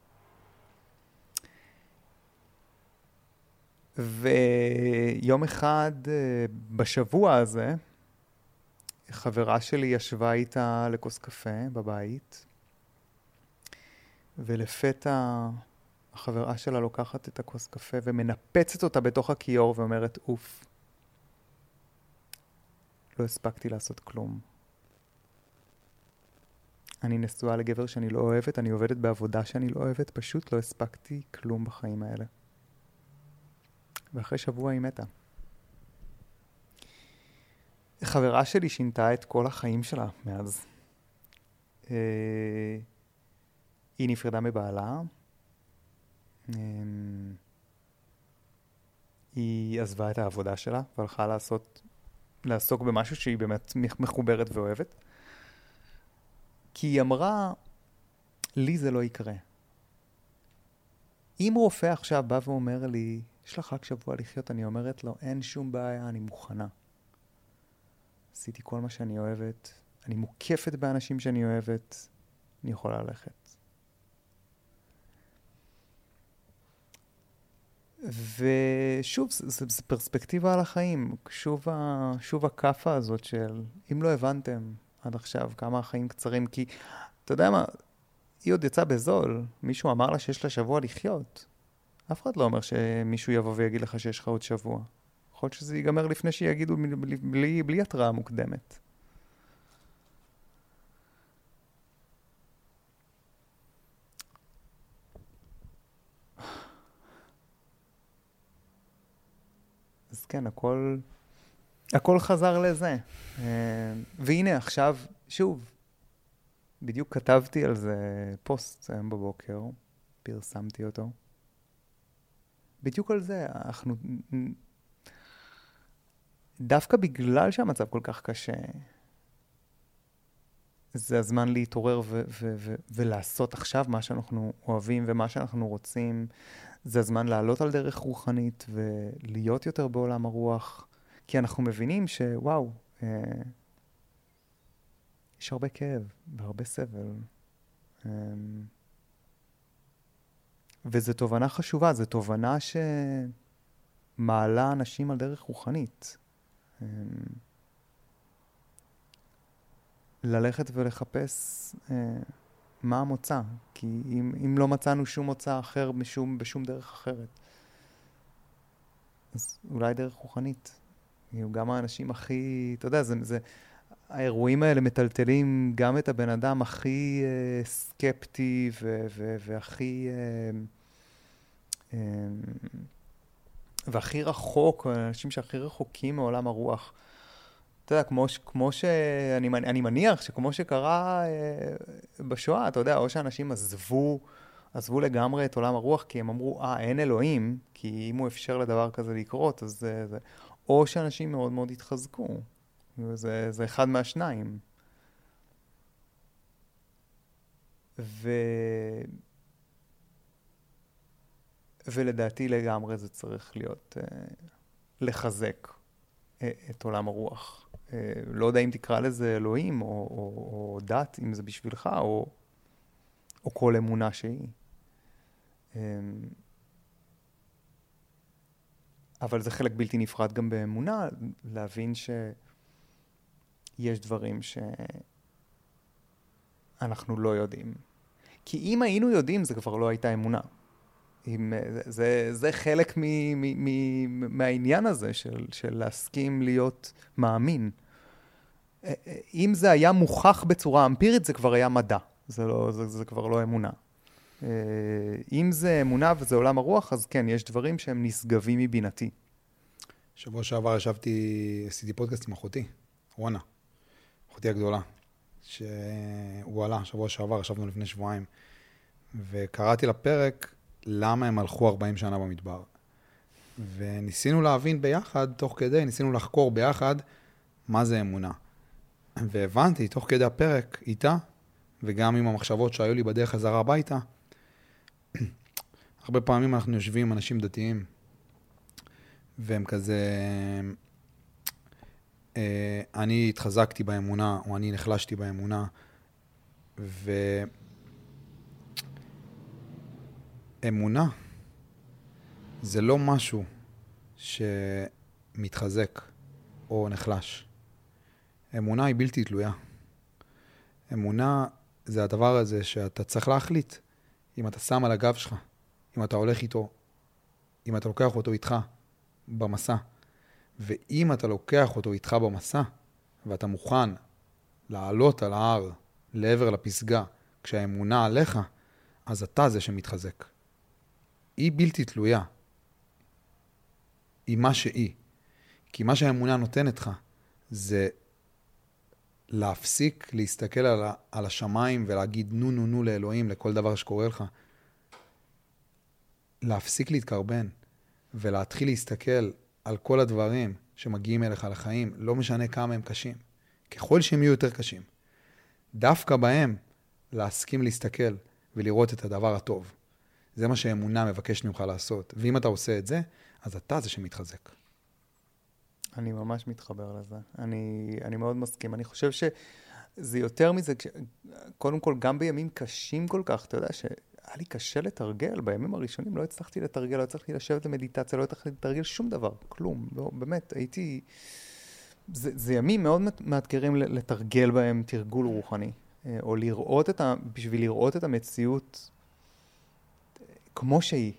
A: ויום אחד בשבוע הזה, חברה שלי ישבה איתה לכוס קפה בבית, ולפתע החברה שלה לוקחת את הכוס קפה ומנפצת אותה בתוך הכיור ואומרת, אוף. לא הספקתי לעשות כלום. אני נשואה לגבר שאני לא אוהבת, אני עובדת בעבודה שאני לא אוהבת, פשוט לא הספקתי כלום בחיים האלה. ואחרי שבוע היא מתה. חברה שלי שינתה את כל החיים שלה מאז. היא נפרדה מבעלה. היא עזבה את העבודה שלה והלכה לעסוק במשהו שהיא באמת מחוברת ואוהבת. כי היא אמרה, לי זה לא יקרה. אם רופא עכשיו בא ואומר לי, יש לך רק שבוע לחיות, אני אומרת לו, אין שום בעיה, אני מוכנה. עשיתי כל מה שאני אוהבת, אני מוקפת באנשים שאני אוהבת, אני יכולה ללכת. ושוב, זה פרספקטיבה על החיים. שוב הכאפה הזאת של, אם לא הבנתם עד עכשיו כמה החיים קצרים, כי אתה יודע מה, היא עוד יצאה בזול, מישהו אמר לה שיש לה שבוע לחיות. אף אחד לא אומר שמישהו יבוא ויגיד לך שיש לך עוד שבוע. יכול להיות שזה ייגמר לפני שיגידו בלי התראה מוקדמת. אז כן, הכל חזר לזה. והנה עכשיו, שוב, בדיוק כתבתי על זה פוסט היום בבוקר, פרסמתי אותו. בדיוק על זה, אנחנו... דווקא בגלל שהמצב כל כך קשה, זה הזמן להתעורר ולעשות עכשיו מה שאנחנו אוהבים ומה שאנחנו רוצים. זה הזמן לעלות על דרך רוחנית ולהיות יותר בעולם הרוח, כי אנחנו מבינים שוואו, יש הרבה כאב והרבה סבל. וזו תובנה חשובה, זו תובנה שמעלה אנשים על דרך רוחנית. ללכת ולחפש מה המוצא, כי אם לא מצאנו שום מוצא אחר בשום דרך אחרת, אז אולי דרך רוחנית. גם האנשים הכי, אתה יודע, האירועים האלה מטלטלים גם את הבן אדם הכי סקפטי והכי רחוק, האנשים שהכי רחוקים מעולם הרוח. אתה יודע, אני מניח שכמו שקרה בשואה, אתה יודע, או שאנשים עזבו לגמרי את עולם הרוח, כי הם אמרו, אין אלוהים, כי אם הוא אפשר לדבר כזה לקרות, אז זה... או שאנשים מאוד מאוד התחזקו. זה אחד מהשניים. ולדעתי לגמרי זה צריך להיות לחזק את עולם הרוח. לא יודע אם תקרא לזה אלוהים או דת, אם זה בשבילך, או כל אמונה שהיא. אבל זה חלק בלתי נפרד גם באמונה, להבין שיש דברים שאנחנו לא יודעים. כי אם היינו יודעים, זה כבר לא הייתה אמונה. זה חלק מהעניין הזה של להסכים להיות מאמין. אם זה היה מוכח בצורה אמפירית, זה כבר היה מדע. זה כבר לא אמונה. אם זה אמונה וזה עולם הרוח, אז כן, יש דברים שהם נשגבים מבינתי.
B: שבוע שעבר עשיתי פודקאסט עם אחותי, רונה, אחותי הגדולה, שהוא עלה שבוע שעבר, ישבנו לפני שבועיים, וקראתי לפרק למה הם הלכו 40 שנה במדבר. וניסינו להבין ביחד, תוך כדי, ניסינו לחקור ביחד מה זה אמונה. והבנתי, תוך כדי הפרק איתה, וגם עם המחשבות שהיו לי בדרך חזרה הביתה, הרבה פעמים אנחנו יושבים עם אנשים דתיים, והם כזה, אני התחזקתי באמונה, או אני נחלשתי באמונה, ואמונה זה לא משהו שמתחזק או נחלש. אמונה היא בלתי תלויה. אמונה זה הדבר הזה שאתה צריך להחליט, אם אתה שם על הגב שלך, אם אתה הולך איתו, אם אתה לוקח אותו איתך במסע, ואם אתה לוקח אותו איתך במסע, ואתה מוכן לעלות על ההר לעבר לפסגה, כשהאמונה עליך, אז אתה זה שמתחזק. היא בלתי תלויה. היא מה שהיא. כי מה שהאמונה נותנת לך, זה להפסיק להסתכל על השמיים ולהגיד נו נו נו לאלוהים, לכל דבר שקורה לך. להפסיק להתקרבן ולהתחיל להסתכל על כל הדברים שמגיעים אליך לחיים, לא משנה כמה הם קשים. ככל שהם יהיו יותר קשים. דווקא בהם להסכים להסתכל ולראות את הדבר הטוב. זה מה שהאמונה מבקשת ממך לעשות. ואם אתה עושה את זה, אז אתה זה שמתחזק.
A: אני ממש מתחבר לזה. אני מאוד מסכים. אני חושב שזה יותר מזה, קודם כל, גם בימים קשים כל כך, אתה יודע שהיה לי קשה לתרגל. בימים הראשונים לא הצלחתי לתרגל, לא הצלחתי לשבת למדיטציה, לא הצלחתי לתרגל שום דבר, כלום. לא, באמת, הייתי... זה ימים מאוד מאתגרים לתרגל בהם תרגול רוחני, או לראות בשביל לראות את המציאות כמו שהיא.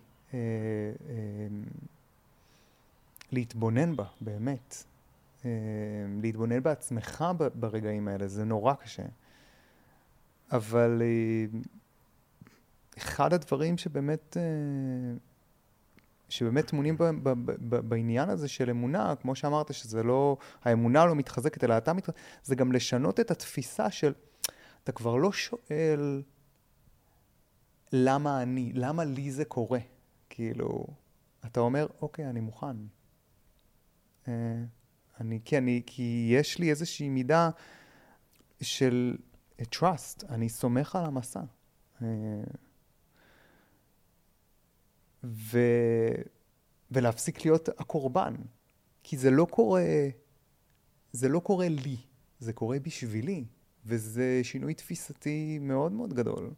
A: להתבונן בה, באמת. להתבונן בעצמך ברגעים האלה, זה נורא קשה. אבל אחד הדברים שבאמת טמונים בעניין הזה של אמונה, כמו שאמרת, שזה לא, האמונה לא מתחזקת, אלא אתה מתחזקת, זה גם לשנות את התפיסה של, אתה כבר לא שואל למה לי זה קורה. כאילו, אתה אומר, אוקיי, אני מוכן. כי יש לי איזושהי מידה של trust, אני סומך על המסע. ולהפסיק להיות הקורבן. כי זה לא קורה לי, זה קורה בשבילי. וזה שינוי תפיסתי מאוד מאוד גדול.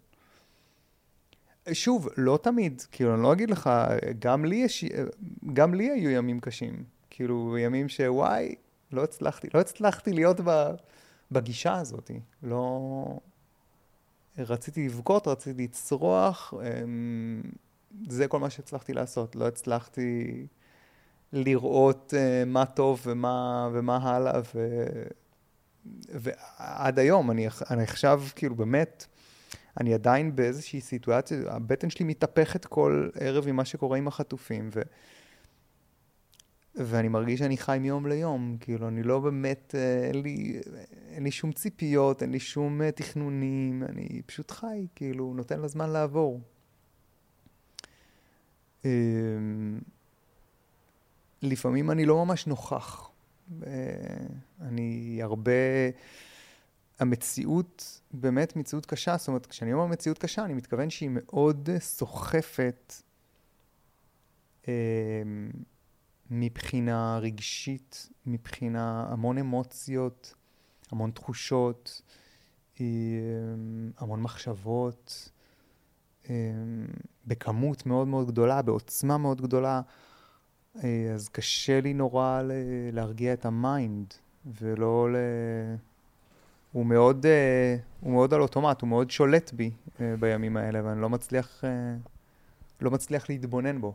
A: שוב, לא תמיד, כאילו, אני לא אגיד לך, גם לי היו ימים קשים. כאילו, ימים שוואי, לא הצלחתי להיות בגישה הזאת. לא... רציתי לבכות, רציתי לצרוח, זה כל מה שהצלחתי לעשות. לא הצלחתי לראות מה טוב ומה הלאה, ועד היום, אני עכשיו, כאילו, באמת, אני עדיין באיזושהי סיטואציה, הבטן שלי מתהפכת כל ערב עם מה שקורה עם החטופים, ואני מרגיש שאני חי מיום ליום, כאילו, אני לא באמת, אין לי שום ציפיות, אין לי שום תכנונים, אני פשוט חי, כאילו, נותן לזמן לעבור. לפעמים אני לא ממש נוכח. אני הרבה... המציאות, באמת מציאות קשה, זאת אומרת, כשאני אומר מציאות קשה, אני מתכוון שהיא מאוד סוחפת מבחינה רגשית, מבחינה המון אמוציות, המון תחושות, המון מחשבות, בכמות מאוד מאוד גדולה, בעוצמה מאוד גדולה, אז קשה לי נורא להרגיע את המיינד, ולא הוא מאוד על אוטומט, הוא מאוד שולט בי בימים האלה, ואני לא מצליח להתבונן בו.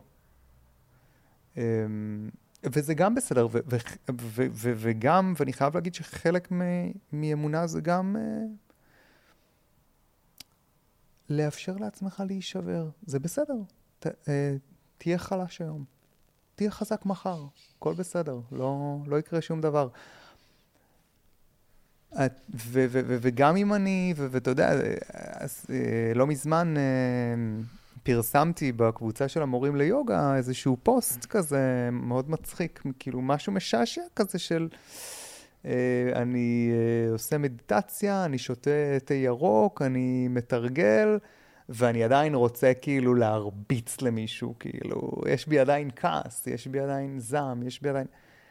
A: וזה גם בסדר, וגם, ואני חייב להגיד שחלק מאמונה זה גם לאפשר לעצמך להישבר. זה בסדר. תהיה חלש היום. תהיה חזק מחר. הכל בסדר. לא יקרה שום דבר. וגם אם ואתה יודע, לא מזמן פרסמתי בקבוצה של המורים ליוגה איזשהו פוסט כזה מאוד מצחיק, כאילו משהו משעשע כזה של אני עושה מדיטציה, אני שותה תה ירוק, אני מתרגל, ואני עדיין רוצה כאילו להרביץ למישהו, כאילו יש בי עדיין כעס, יש בי עדיין זעם, יש בי עדיין...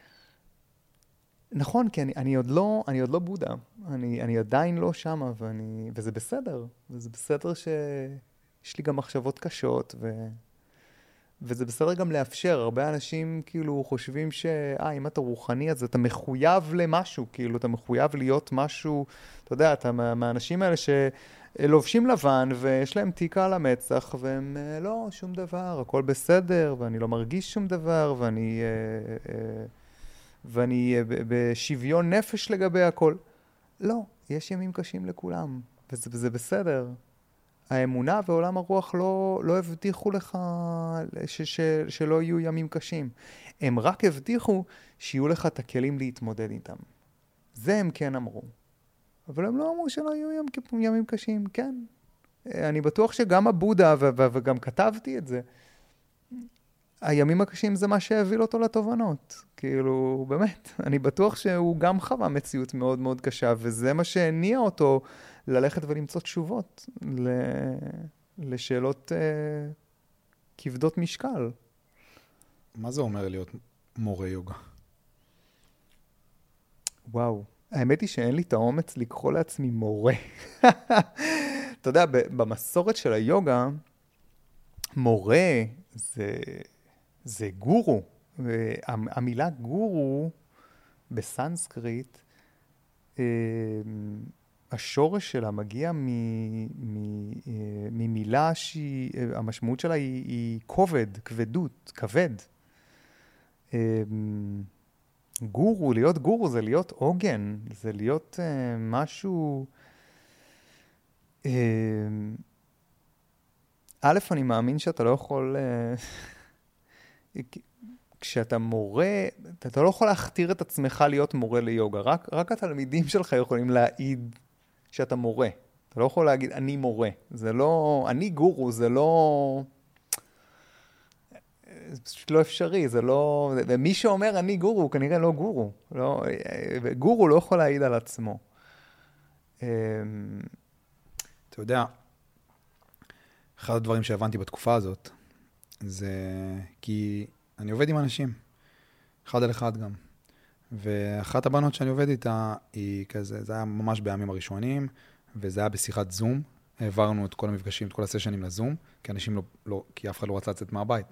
A: נכון, כי אני עוד לא בודה, אני עדיין לא שמה, וזה בסדר, וזה בסדר שיש לי גם מחשבות קשות, וזה בסדר גם לאפשר. הרבה אנשים כאילו חושבים אם אתה רוחני, אז אתה מחויב למשהו, כאילו אתה מחויב להיות משהו, אתה יודע, אתה מהאנשים האלה שלובשים לבן, ויש להם תיקה על המצח, והם לא, שום דבר, הכל בסדר, ואני לא מרגיש שום דבר, ואני בשוויון נפש לגבי הכל. לא, יש ימים קשים לכולם. וזה בסדר. האמונה ועולם הרוח לא הבטיחו לך שלא יהיו ימים קשים. הם רק הבטיחו שיהיו לך את הכלים להתמודד איתם. זה הם כן אמרו. אבל הם לא אמרו שלא יהיו ימים קשים, כן. אני בטוח שגם הבודה, וגם כתבתי את זה, הימים הקשים זה מה שהביא אותו לתובנות. כאילו, באמת, אני בטוח שהוא גם חווה מציאות מאוד מאוד קשה, וזה מה שהניע אותו ללכת ולמצוא תשובות לשאלות כבדות משקל.
B: מה זה אומר להיות מורה יוגה?
A: וואו, האמת היא שאין לי את האומץ לקרוא לעצמי מורה. אתה יודע, במסורת של היוגה, מורה זה גורו. המילה גורו בסנסקריט, השורש שלה מגיע ממילה שהמשמעות שלה היא כובד, כבדות, כבד. גורו, להיות גורו זה להיות עוגן, זה להיות משהו... א', אני מאמין שאתה לא יכול... כשאתה מורה, אתה לא יכול להכתיר את עצמך להיות מורה ליוגה. רק התלמידים שלך יכולים להעיד שאתה מורה. אתה לא יכול להגיד, אני מורה. זה לא... אני גורו, זה לא... זה פשוט לא אפשרי, זה לא... ומי שאומר אני גורו, הוא כנראה לא גורו. לא... גורו לא יכול להעיד על עצמו.
B: אתה יודע, אחד הדברים שהבנתי בתקופה הזאת, זה כי אני עובד עם אנשים, אחד על אחד גם. ואחת הבנות שאני עובד איתה, היא כזה, זה היה ממש בימים הראשונים, וזה היה בשיחת זום. העברנו את כל המפגשים, את כל הסשנים לזום, כי אנשים כי אף אחד לא רצה לצאת מהבית.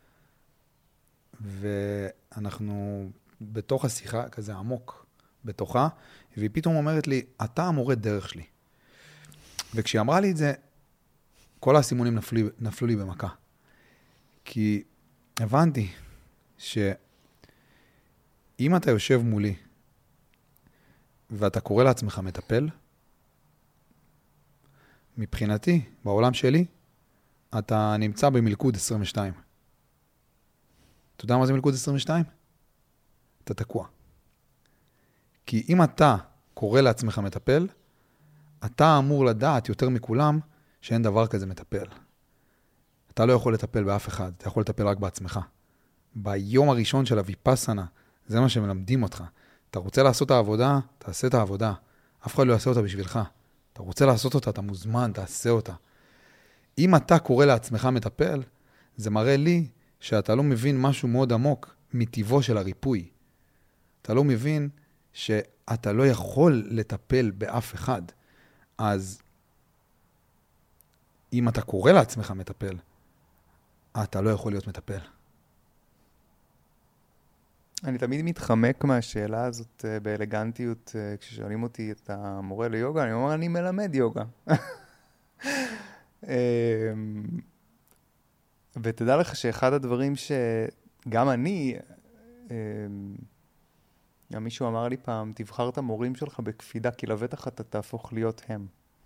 B: ואנחנו בתוך השיחה, כזה עמוק בתוכה, והיא פתאום אומרת לי, אתה המורה דרך שלי. וכשהיא אמרה לי את זה, כל הסימונים נפלו לי במכה. כי הבנתי שאם אתה יושב מולי, ואתה קורא לעצמך מטפל, מבחינתי, בעולם שלי, אתה נמצא במלכוד 22. אתה יודע מה זה מלכוד 22? אתה תקוע. כי אם אתה קורא לעצמך מטפל, אתה אמור לדעת יותר מכולם שאין דבר כזה מטפל. אתה לא יכול לטפל באף אחד, אתה יכול לטפל רק בעצמך. ביום הראשון של הוויפאסנה, זה מה שמלמדים אותך. אתה רוצה לעשות את העבודה, תעשה את העבודה. אף אחד לא יעשה אותה בשבילך. אתה רוצה לעשות אותה, אתה מוזמן, תעשה אותה. אם אתה קורא לעצמך מטפל, זה מראה לי שאתה לא מבין משהו מאוד עמוק מטבעו של הריפוי. אתה לא מבין שאתה לא יכול לטפל באף אחד. אז אם אתה קורא לעצמך מטפל, אתה לא יכול להיות מטפל.
A: אני תמיד מתחמק מהשאלה הזאת באלגנטיות, כששואלים אותי את המורה ליוגה, אני אומר, אני מלמד יוגה. ותדע לך שאחד הדברים שגם אני, גם מישהו אמר לי פעם, תבחר את המורים שלך בקפידה, כי לבטח אתה תהפוך להיות הם.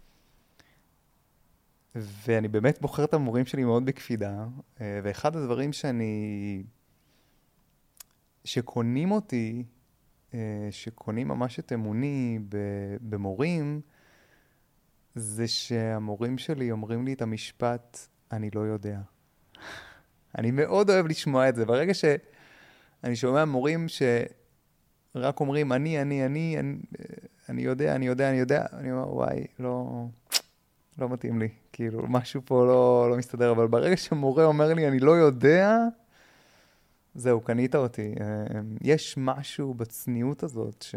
A: ואני באמת בוחר את המורים שלי מאוד בקפידה, ואחד הדברים שקונים אותי, שקונים ממש את אמוני במורים, זה שהמורים שלי אומרים לי את המשפט, אני לא יודע. אני מאוד אוהב לשמוע את זה. ברגע שאני שומע מורים שרק אומרים, אני יודע, אני אומר, וואי, לא מתאים לי. כאילו, משהו פה לא מסתדר. אבל ברגע שמורה אומר לי, אני לא יודע, זהו, קנית אותי. יש משהו בצניעות הזאת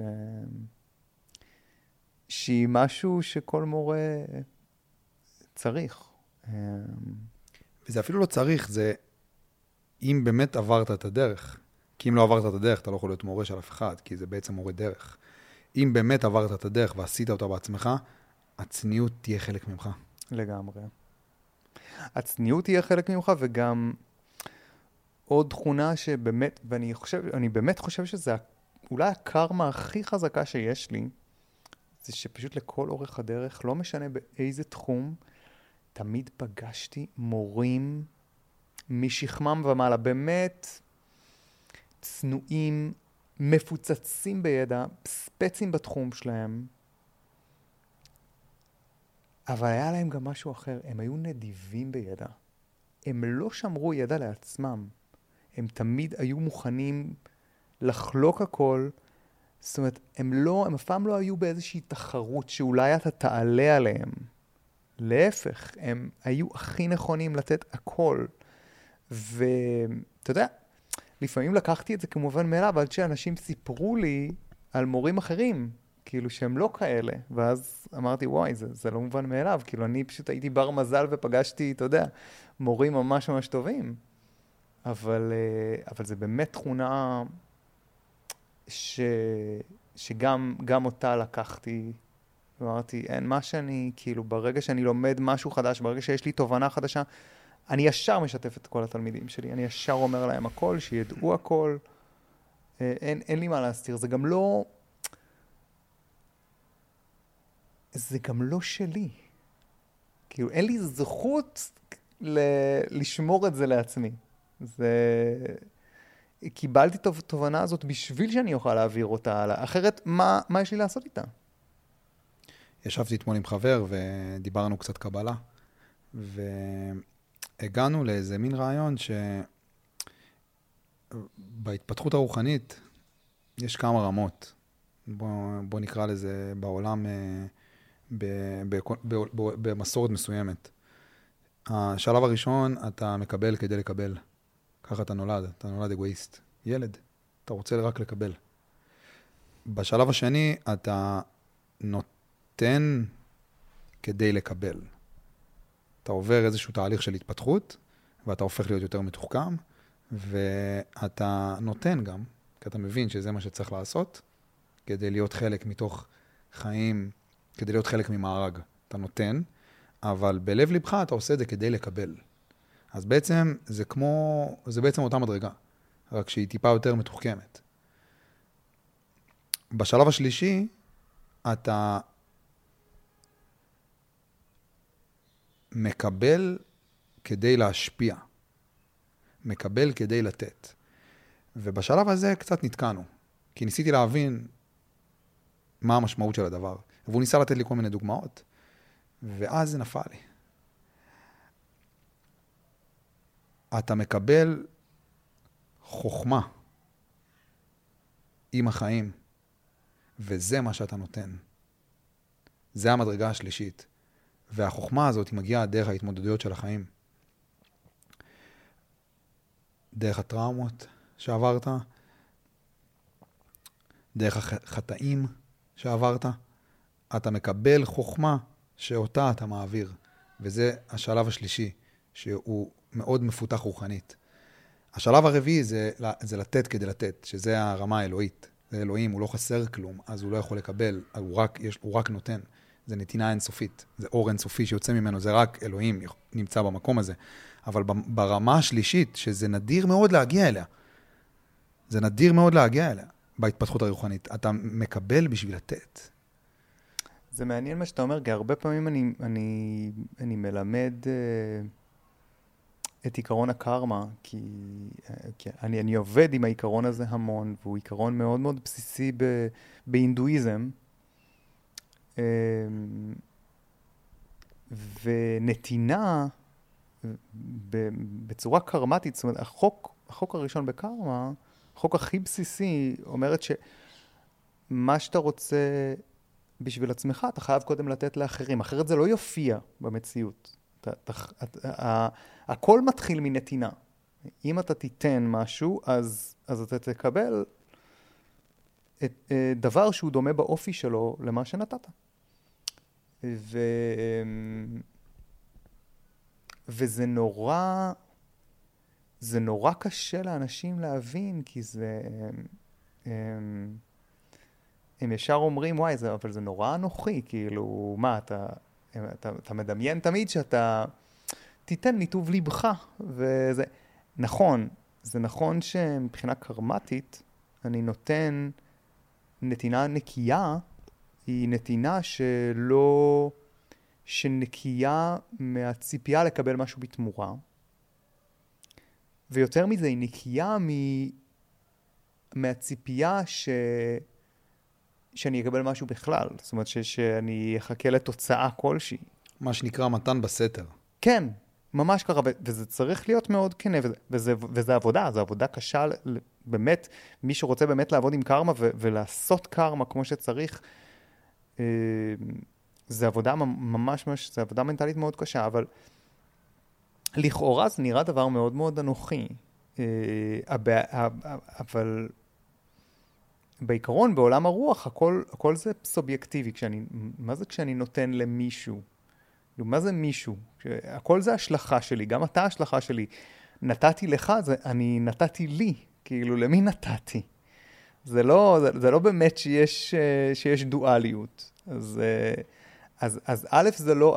A: שהיא משהו שכל מורה צריך.
B: וזה אפילו לא צריך, זה אם באמת עברת את הדרך. כי אם לא עברת את הדרך, אתה לא יכול להיות מורה של אף אחד, כי זה בעצם מורה דרך. אם באמת עברת את הדרך ועשית אותה בעצמך, הצניעות תהיה חלק ממך.
A: לגמרי. הצניעות תהיה חלק ממך, וגם עוד תכונה שבאמת, ואני באמת חושב שזה אולי הקרמה הכי חזקה שיש לי, זה שפשוט לכל אורך הדרך, לא משנה באיזה תחום, תמיד פגשתי מורים משכמם ומעלה, באמת צנועים, מפוצצים בידע, ספצים בתחום שלהם, אבל היה להם גם משהו אחר, הם היו נדיבים בידע. הם לא שמרו ידע לעצמם. הם תמיד היו מוכנים לחלוק הכל. זאת אומרת, הם אף פעם לא היו באיזושהי תחרות שאולי אתה תעלה עליהם. להפך, הם היו הכי נכונים לתת הכל. ואתה יודע, לפעמים לקחתי את זה כמובן מאליו, עד שאנשים סיפרו לי על מורים אחרים, כאילו שהם לא כאלה. ואז אמרתי, וואי, זה לא מובן מאליו. כאילו אני פשוט הייתי בר מזל ופגשתי, אתה יודע, מורים ממש ממש טובים. אבל זה באמת תכונה שגם אותה לקחתי, ואמרתי, אין מה שאני, כאילו, ברגע שאני לומד משהו חדש, ברגע שיש לי תובנה חדשה, אני ישר משתף את כל התלמידים שלי, אני ישר אומר להם הכל, שידעו הכל, אין לי מה להסתיר, זה גם לא שלי. כאילו, אין לי זכות לשמור את זה לעצמי. קיבלתי את התובנה הזאת בשביל שאני אוכל להעביר אותה הלאה. אחרת, מה יש לי לעשות איתה?
B: ישבתי אתמול עם חבר ודיברנו קצת קבלה, והגענו לאיזה מין רעיון שבהתפתחות הרוחנית יש כמה רמות. בוא נקרא לזה בעולם במסורת מסוימת. השלב הראשון, אתה מקבל כדי לקבל. ככה אתה נולד אגואיסט. ילד, אתה רוצה רק לקבל. בשלב השני, אתה נותן כדי לקבל. אתה עובר איזשהו תהליך של התפתחות, ואתה הופך להיות יותר מתוחכם, ואתה נותן גם, כי אתה מבין שזה מה שצריך לעשות, כדי להיות חלק מתוך חיים, כדי להיות חלק ממארג. אתה נותן, אבל בלב לבך אתה עושה את זה כדי לקבל. אז בעצם זה בעצם אותה מדרגה, רק שהיא טיפה יותר מתוחכמת. בשלב השלישי, אתה מקבל כדי להשפיע, מקבל כדי לתת. ובשלב הזה קצת נתקענו, כי ניסיתי להבין מה המשמעות של הדבר. והוא ניסה לתת לי כל מיני דוגמאות, ואז זה נפל לי. אתה מקבל חוכמה עם החיים, וזה מה שאתה נותן. זה המדרגה השלישית. והחוכמה הזאת היא מגיעה דרך ההתמודדויות של החיים. דרך הטראומות שעברת, דרך החטאים שעברת, אתה מקבל חוכמה שאותה אתה מעביר. וזה השלב השלישי, שהוא מאוד מפותח רוחנית. השלב הרביעי זה לתת כדי לתת, שזה הרמה האלוהית. זה אלוהים, הוא לא חסר כלום, אז הוא לא יכול לקבל, הוא רק נותן. זה נתינה אינסופית, זה אור אינסופי שיוצא ממנו, זה רק אלוהים נמצא במקום הזה. אבל ברמה השלישית, שזה נדיר מאוד להגיע אליה, זה נדיר מאוד להגיע אליה, בהתפתחות הרוחנית. אתה מקבל בשביל לתת.
A: זה מעניין מה שאתה אומר, כי הרבה פעמים אני מלמד את עיקרון הקרמה, כי אני עובד עם העיקרון הזה המון, והוא עיקרון מאוד מאוד בסיסי בהינדואיזם, ונתינה בצורה קרמטית, זאת אומרת, החוק הראשון בקרמה, החוק הכי בסיסי, אומרת שמה שאתה רוצה בשביל עצמך, אתה חייב קודם לתת לאחרים, אחרת זה לא יופיע במציאות. הכל מתחיל מנתינה. אם אתה תיתן משהו, אז אתה תקבל דבר שהוא דומה באופי שלו למה שנתת. וזה נורא קשה לאנשים להבין, כי הם ישר אומרים, וואי, אבל זה נורא אנוכי, כאילו, מה, אתה מדמיין תמיד שאתה תיתן ניטוב ליבך, וזה נכון, זה נכון שמבחינה קרמטית, אני נותן נתינה נקייה, היא נתינה שנקייה מהציפייה לקבל משהו בתמורה, ויותר מזה היא נקייה מהציפייה שאני אקבל משהו בכלל, זאת אומרת שאני אחכה לתוצאה כלשהי.
B: מה שנקרא מתן בסתר.
A: כן, ממש ככה, וזה צריך להיות מאוד כן, וזה עבודה, זו עבודה קשה, באמת, מי שרוצה באמת לעבוד עם קרמה ולעשות קרמה כמו שצריך, זה עבודה ממש, זה עבודה מנטלית מאוד קשה, אבל לכאורה זה נראה דבר מאוד מאוד אנוכי, אבל בעיקרון, בעולם הרוח, הכל זה סובייקטיבי. מה זה כשאני נותן למישהו? מה זה מישהו? הכל זה השלכה שלי, גם אתה השלכה שלי. נתתי לך, אני נתתי לי. כאילו, למי נתתי? זה לא באמת שיש דואליות. אז א',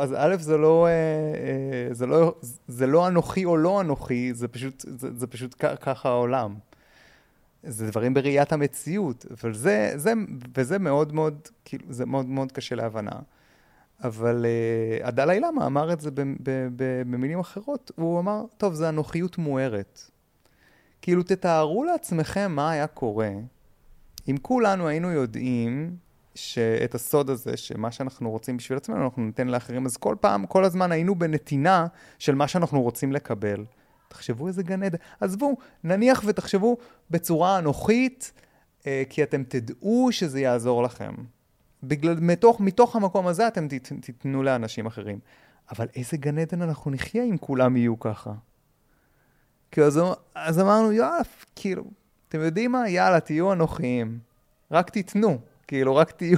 A: זה לא אנוכי או לא אנוכי, זה פשוט ככה העולם. זה דברים בראיית המציאות, אבל וזה מאוד מאוד, כאילו, זה מאוד מאוד קשה להבנה. אבל הדלאי למה אמר את זה במילים אחרות, הוא אמר, טוב, זה אנוכיות מוארת. כאילו, תתארו לעצמכם מה היה קורה, אם כולנו היינו יודעים שאת הסוד הזה, שמה שאנחנו רוצים בשביל עצמנו, אנחנו ניתן לאחרים, אז כל הזמן היינו בנתינה של מה שאנחנו רוצים לקבל. תחשבו איזה גן עדן. עזבו, נניח ותחשבו בצורה אנוכית, כי אתם תדעו שזה יעזור לכם. מתוך המקום הזה אתם תיתנו לאנשים אחרים. אבל איזה גן עדן אנחנו נחיה אם כולם יהיו ככה? כי אז אמרנו, יאללה, כאילו, אתם יודעים מה? יאללה, תהיו אנוכיים. רק תיתנו. כאילו, רק תהיו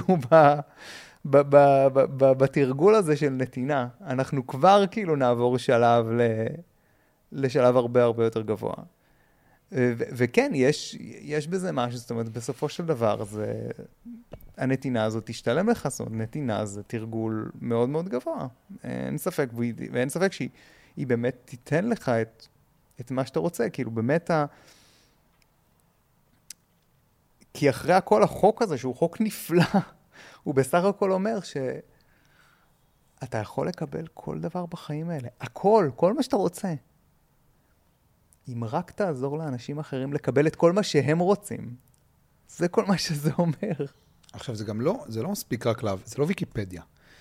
A: בתרגול הזה של נתינה. אנחנו כבר כאילו נעבור שלב לשלב הרבה הרבה יותר גבוה. וכן, יש בזה משהו, זאת אומרת, בסופו של דבר, הנתינה הזאת תשתלם לך, זאת אומרת, נתינה זה תרגול מאוד מאוד גבוה. אין ספק, ואין ספק שהיא באמת תיתן לך את מה שאתה רוצה, כאילו באמת כי אחרי הכל החוק הזה, שהוא חוק נפלא, הוא בסך הכל אומר שאתה יכול לקבל כל דבר בחיים האלה. הכל, כל מה שאתה רוצה. אם רק תעזור לאנשים אחרים לקבל את כל מה שהם רוצים. זה כל מה שזה אומר.
B: עכשיו, זה לא מספיק רק זה לא ויקיפדיה.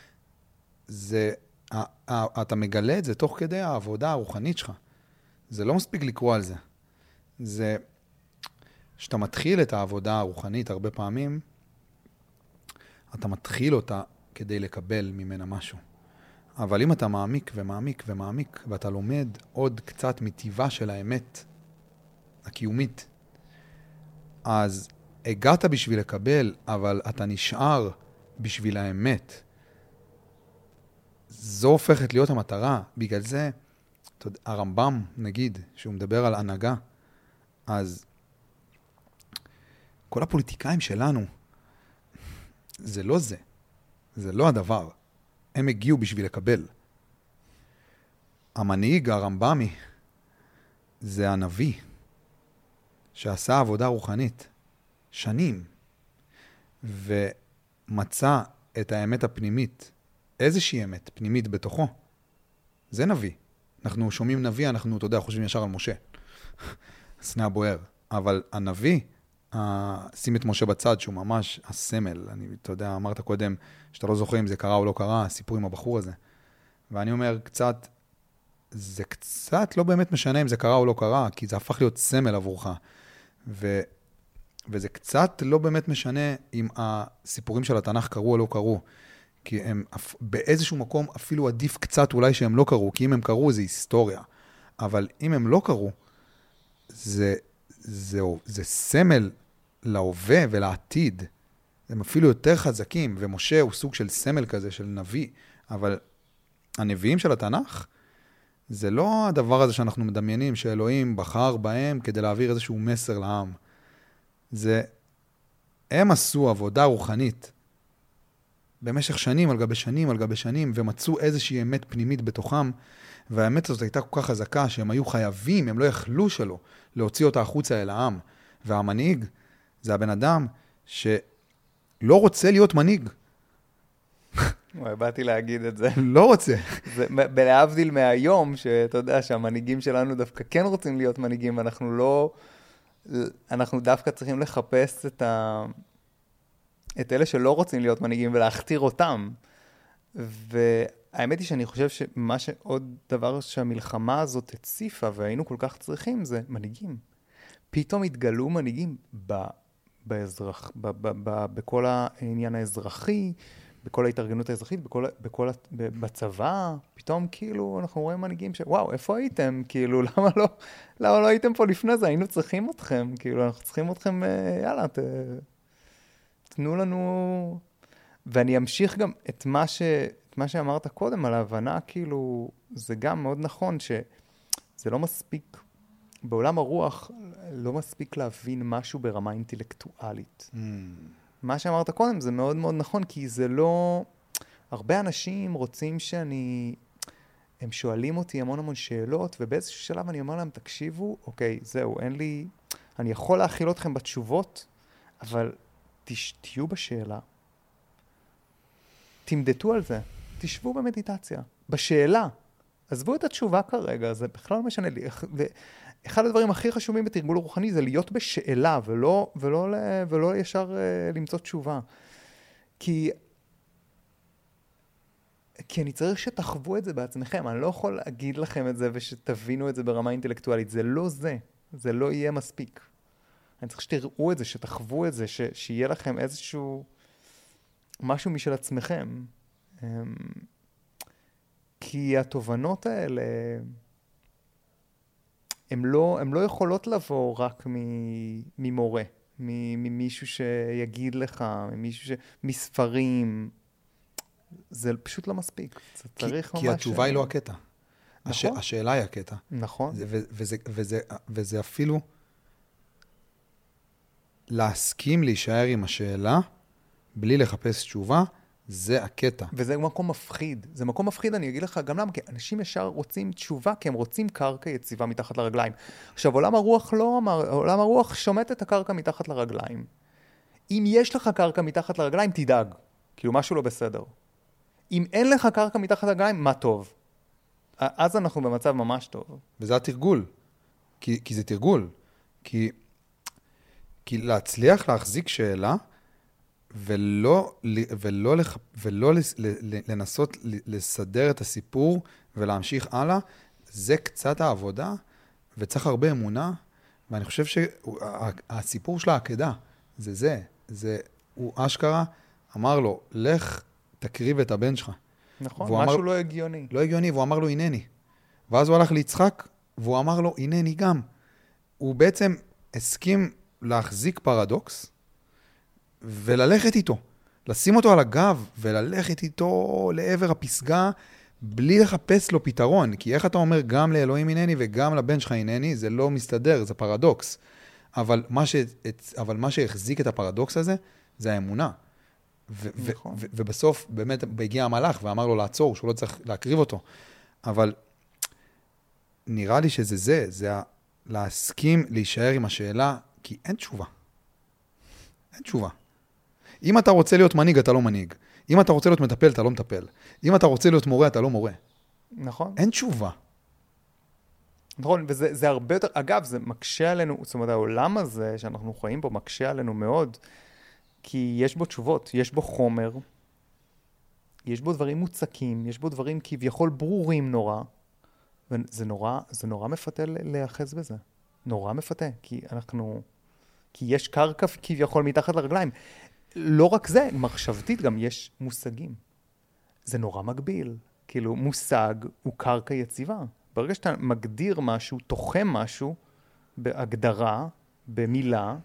B: אתה מגלה את זה תוך כדי העבודה הרוחנית שלך. זה לא מספיק לקרוא על זה. זה שאתה מתחיל את העבודה הרוחנית הרבה פעמים, אתה מתחיל אותה כדי לקבל ממנה משהו. אבל אם אתה מעמיק ומעמיק ומעמיק, ואתה לומד עוד קצת מטבעה של האמת הקיומית, אז הגעת בשביל לקבל, אבל אתה נשאר בשביל האמת. זו הופכת להיות המטרה. בגלל זה, הרמב"ם, נגיד, שהוא מדבר על הנהגה, אז כל הפוליטיקאים שלנו, זה לא זה. זה לא הדבר. הם הגיעו בשביל לקבל. המנהיג הרמב"מי זה הנביא שעשה עבודה רוחנית שנים ומצא את האמת הפנימית, איזושהי אמת פנימית בתוכו. זה נביא. אנחנו שומעים נביא, אנחנו, אתה יודע, חושבים ישר על משה. סנה בוער. אבל הנביא, שים את משה בצד, שהוא ממש הסמל. אתה יודע, אמרת קודם, שאתה לא זוכר אם זה קרה או לא קרה, הסיפור עם הבחור הזה. ואני אומר, זה קצת לא באמת משנה אם זה קרה או לא קרה, כי זה הפך להיות סמל עבורך. וזה קצת לא באמת משנה אם הסיפורים של התנ"ך קרו או לא קרו. כי הם באיזשהו מקום אפילו עדיף קצת אולי שהם לא קרו, כי אם הם קרו זה היסטוריה. אבל אם הם לא קרו, זה סמל להווה ולעתיד. הם אפילו יותר חזקים, ומשה הוא סוג של סמל כזה, של נביא. אבל הנביאים של התנ"ך, זה לא הדבר הזה שאנחנו מדמיינים, שאלוהים בחר בהם כדי להעביר איזשהו מסר לעם. הם עשו עבודה רוחנית במשך שנים על גבי שנים על גבי שנים, ומצאו איזושהי אמת פנימית בתוכם, והאמת הזאת הייתה כל כך חזקה שהם היו חייבים, הם לא יכלו שלו, להוציא אותה החוצה אל העם. והמנהיג זה הבן אדם שלא רוצה להיות מנהיג.
A: באתי להגיד את זה.
B: לא רוצה.
A: בלהבדיל מהיום, שאתה יודע שהמנהיגים שלנו דווקא כן רוצים להיות מנהיגים, ואנחנו לא, אנחנו דווקא צריכים לחפש את אלה שלא רוצים להיות מנהיגים ולהכתיר אותם. והאמת היא שאני חושב שמה שעוד דבר שהמלחמה הזאת הציפה, והיינו כל כך צריכים, זה מנהיגים. פתאום התגלו מנהיגים בכל העניין האזרחי, בכל ההתארגנות האזרחית, בצבא, פתאום כאילו אנחנו רואים מנהיגים וואו, איפה הייתם? כאילו, למה לא הייתם פה לפני זה? היינו צריכים אתכם, כאילו, אנחנו צריכים אתכם, יאללה, תנו לנו... ואני אמשיך גם את מה שאמרת קודם על ההבנה, כאילו, זה גם מאוד נכון שזה לא מספיק, בעולם הרוח לא מספיק להבין משהו ברמה אינטלקטואלית. מה שאמרת קודם זה מאוד מאוד נכון, כי זה לא... הרבה אנשים רוצים הם שואלים אותי המון שאלות, ובאיזשהו שלב אני אומר להם, תקשיבו, אוקיי, זהו, אני יכול להכיל אתכם בתשובות, אבל תהיו בשאלה. תמדתו על זה. תשבו במדיטציה. בשאלה. עזבו את התשובה כרגע, זה בכלל לא משנה לי. אחד הדברים הכי חשובים בתרגול רוחני זה להיות בשאלה, ולא ישר למצוא תשובה. כי אני צריך שתחוו את זה בעצמכם. אני לא יכול להגיד לכם את זה ושתבינו את זה ברמה אינטלקטואלית. זה לא זה. זה לא יהיה מספיק. אני צריך שתראו את זה, שתחוו את זה, שיהיה לכם איזשהו משהו משל עצמכם. כי התובנות האלה, הן לא יכולות לבוא רק ממורה, ממישהו שיגיד לך, מספרים. זה פשוט לא מספיק. זה צריך ממש...
B: כי התשובה היא לא הקטע.
A: נכון.
B: השאלה היא הקטע.
A: נכון.
B: וזה אפילו להסכים להישאר עם השאלה, בלי לחפש תשובה, זה הקטע.
A: וזה מקום מפחיד. זה מקום מפחיד, אני אגיד לך גם למה, כי אנשים ישר רוצים תשובה, כי הם רוצים קרקע יציבה מתחת לרגליים. עכשיו, עולם הרוח לא אמר, עולם הרוח שומט את הקרקע מתחת לרגליים. אם יש לך קרקע מתחת לרגליים, תדאג. כאילו, משהו לא בסדר. אם אין לך קרקע מתחת לרגליים, מה טוב? אז אנחנו במצב ממש טוב.
B: וזה התרגול. כי זה תרגול. כי להצליח להחזיק שאלה, ולא לנסות לסדר את הסיפור ולהמשיך הלאה, זה קצת העבודה, וצריך הרבה אמונה, ואני חושב שהסיפור של העקדה, הוא אשכרה אמר לו, לך תקריב את הבן שלך.
A: נכון, משהו לא הגיוני.
B: לא הגיוני, והוא אמר לו, הנני. ואז הוא הלך ליצחק, והוא אמר לו, הנני גם. הוא בעצם הסכים להחזיק פרדוקס, וללכת איתו. לשים אותו על הגב, וללכת איתו לעבר הפסגה, בלי לחפש לו פתרון. כי איך אתה אומר גם לאלוהים הנני, וגם לבן שלך הנני, זה לא מסתדר, זה פרדוקס. אבל מה שהחזיק את הפרדוקס הזה, זה האמונה.
A: נכון.
B: ובסוף באמת הגיע המלאך ואמר לו לעצור, שהוא לא צריך להקריב אותו. אבל נראה לי זה להסכים להישאר עם השאלה, כי אין תשובה. אין תשובה. אם אתה רוצה להיות מנהיג, אתה לא מנהיג. אם אתה רוצה להיות מטפל, אתה לא מטפל. אם אתה רוצה להיות מורה, אתה לא מורה.
A: נכון.
B: אין תשובה.
A: נכון, וזה הרבה יותר, אגב, זה מקשה עלינו, זאת אומרת, העולם הזה שאנחנו חיים בו מקשה עלינו מאוד, כי יש בו תשובות, יש בו חומר, יש בו דברים מוצקים, יש בו דברים כביכול ברורים נורא, וזה נורא מפתה להיאחז בזה. נורא מפתה, כי יש קרקע כביכול מתחת לרגליים. לא רק זה, מחשבתית גם יש מושגים. זה נורא מגביל. כאילו, מושג הוא קרקע יציבה. ברגע שאתה מגדיר משהו, תוחם משהו, בהגדרה, במילה,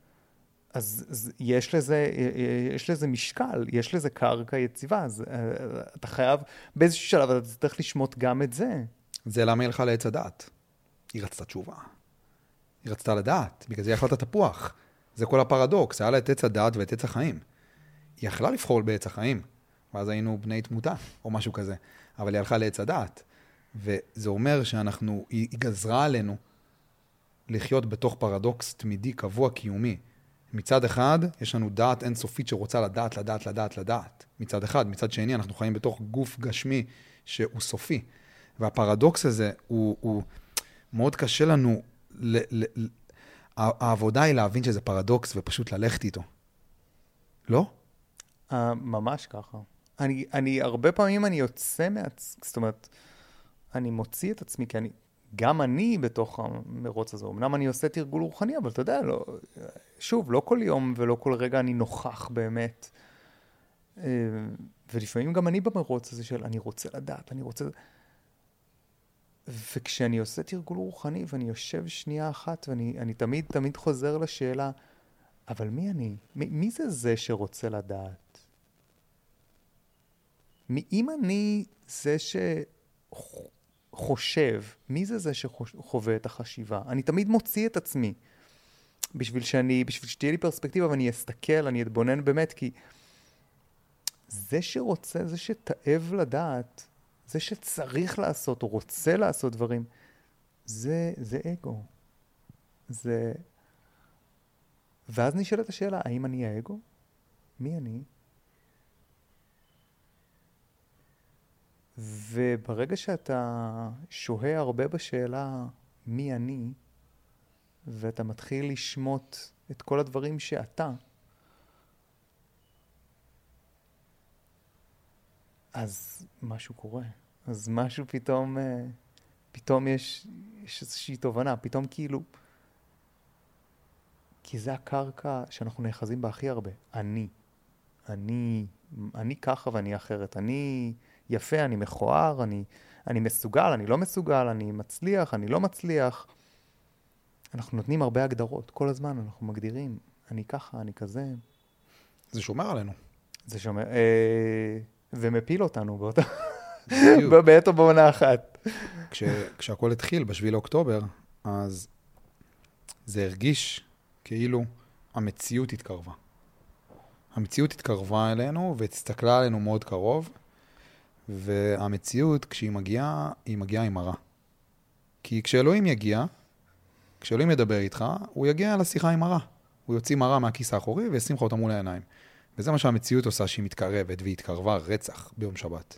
A: אז יש לזה משקל, יש לזה קרקע יציבה, אז אתה חייב, באיזשהו שלב, אתה צריך לשמוט גם את זה.
B: זה למה ילך לעץ הדעת. היא רצתה תשובה. היא רצתה לדעת, בגלל זה היא אכלה את התפוח. זה כל הפרדוקס, היה לה את עץ הדעת ואת עץ החיים. היא יכלה לבחור בעץ החיים, ואז היינו בני תמותה, או משהו כזה. אבל היא הלכה לעץ הדעת. וזה אומר היא גזרה עלינו לחיות בתוך פרדוקס תמידי, קבוע, קיומי. מצד אחד, יש לנו דעת אינסופית שרוצה לדעת. מצד אחד. מצד שני, אנחנו חיים בתוך גוף גשמי שהוא סופי. והפרדוקס הזה הוא מאוד קשה לנו, העבודה היא להבין שזה פרדוקס ופשוט ללכת איתו. לא?
A: ממש ככה. הרבה פעמים אני יוצא זאת אומרת, אני מוציא את עצמי, כי גם אני בתוך המרוץ הזה, אמנם אני עושה תרגול רוחני, אבל אתה יודע, שוב, לא כל יום ולא כל רגע אני נוכח באמת. ולפעמים גם אני במרוץ הזה של אני רוצה לדעת, וכשאני עושה תרגול רוחני ואני יושב שנייה אחת, ואני תמיד חוזר לשאלה, אבל מי אני? מי זה שרוצה לדעת? אם אני זה שחושב, מי זה שחווה את החשיבה? אני תמיד מוציא את עצמי, בשביל שתהיה לי פרספקטיבה, ואני אסתכל, אני אתבונן באמת, כי זה שרוצה, זה שתאב לדעת, זה שצריך לעשות, או רוצה לעשות דברים, זה אגו. ואז נשאלת השאלה, האם אני האגו? מי אני? וברגע שאתה שוהה הרבה בשאלה מי אני, ואתה מתחיל לשמוט את כל הדברים שאתה, אז משהו קורה. אז משהו פתאום יש איזושהי תובנה, פתאום כאילו, כי זה הקרקע שאנחנו נאחזים בה הכי הרבה. אני ככה ואני אחרת. אני יפה, אני מכוער, אני מסוגל, אני לא מסוגל, אני מצליח, אני לא מצליח. אנחנו נותנים הרבה הגדרות. כל הזמן אנחנו מגדירים, אני ככה, אני כזה.
B: זה שומר עלינו.
A: זה שומר, ומפיל אותנו בעת או בעונה אחת.
B: כשהכל התחיל ב7 לאוקטובר, אז זה הרגיש כאילו המציאות התקרבה. המציאות התקרבה אלינו והסתכלה עלינו מאוד קרוב, והמציאות כשהיא מגיעה, היא מגיעה עם מראה. כי כשאלוהים יגיע, כשאלוהים ידבר איתך, הוא יגיע לשיחה עם מראה. הוא יוציא מראה מהכיס האחורי וישים לך אותה מול העיניים. וזה מה שהמציאות עושה, שהיא מתקרבת, והיא התקרבה רצח ביום שבת.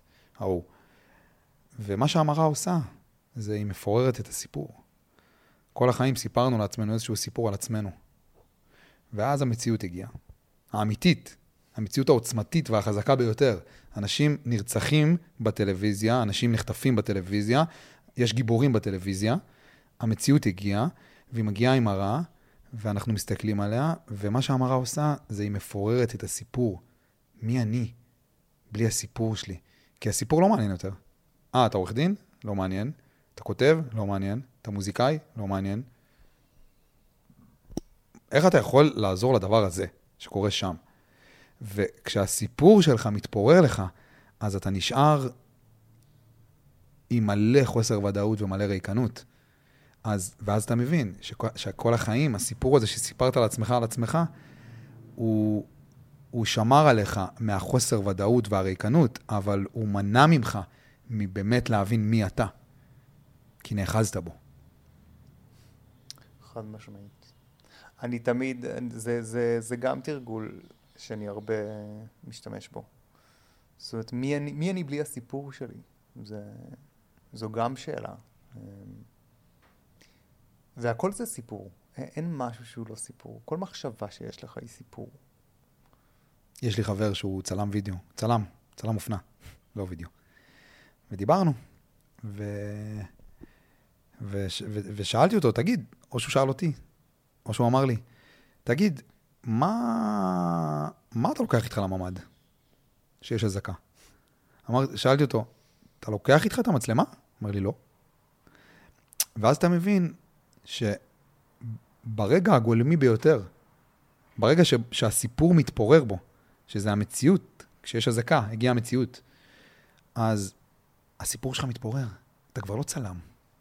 B: ומה שהמראה עושה, זה היא מפוררת את הסיפור. כל החיים סיפרנו לעצמנו איזשהו סיפור על עצמנו. ואז המציאות הגיעה. האמיתית, המציאות העוצמתית והחזקה ביותר. אנשים נרצחים בטלוויזיה, אנשים נחטפים בטלוויזיה, יש גיבורים בטלוויזיה. המציאות הגיעה, והיא מגיעה עם מראה, ואנחנו מסתכלים עליה, ומה שהמראה עושה, זה היא מפוררת את הסיפור. מי אני? בלי הסיפור שלי. כי הסיפור לא מעניין יותר. אתה עורך דין? לא מעניין. אתה כותב? לא מעניין. אתה מוזיקאי? לא מעניין. איך אתה יכול לעזור לדבר הזה שקורה שם? וכשהסיפור שלך מתפורר לך, אז אתה נשאר עם מלא חוסר ודאות ומלא ריקנות. ואז אתה מבין שכל החיים, הסיפור הזה שסיפרת על עצמך, הוא שמר עליך מהחוסר ודאות והריקנות, אבל הוא מנע ממך מבאמת להבין מי אתה, כי נאחזת בו.
A: חד משמעית. אני תמיד, זה גם תרגול שאני הרבה משתמש בו. זאת אומרת, מי אני בלי הסיפור שלי? זו גם שאלה. והכל זה סיפור. אין משהו שהוא לא סיפור. כל מחשבה שיש לך היא סיפור.
B: יש לי חבר שהוא צלם וידאו. צלם אופנה, לא וידאו. ודיברנו. ושאלתי אותו, תגיד, או שהוא שאל אותי, או שהוא אמר לי, תגיד, מה אתה לוקח איתך לממד? שיש הזקה. שאלתי אותו, אתה לוקח איתך את המצלמה? אמר לי, לא. ואז אתה מבין שברגע הגולמי ביותר, ברגע שהסיפור מתפורר בו, שזה המציאות, כשיש הזקה, הגיעה המציאות, אז הסיפור שלך מתפורר. אתה כבר לא צלם.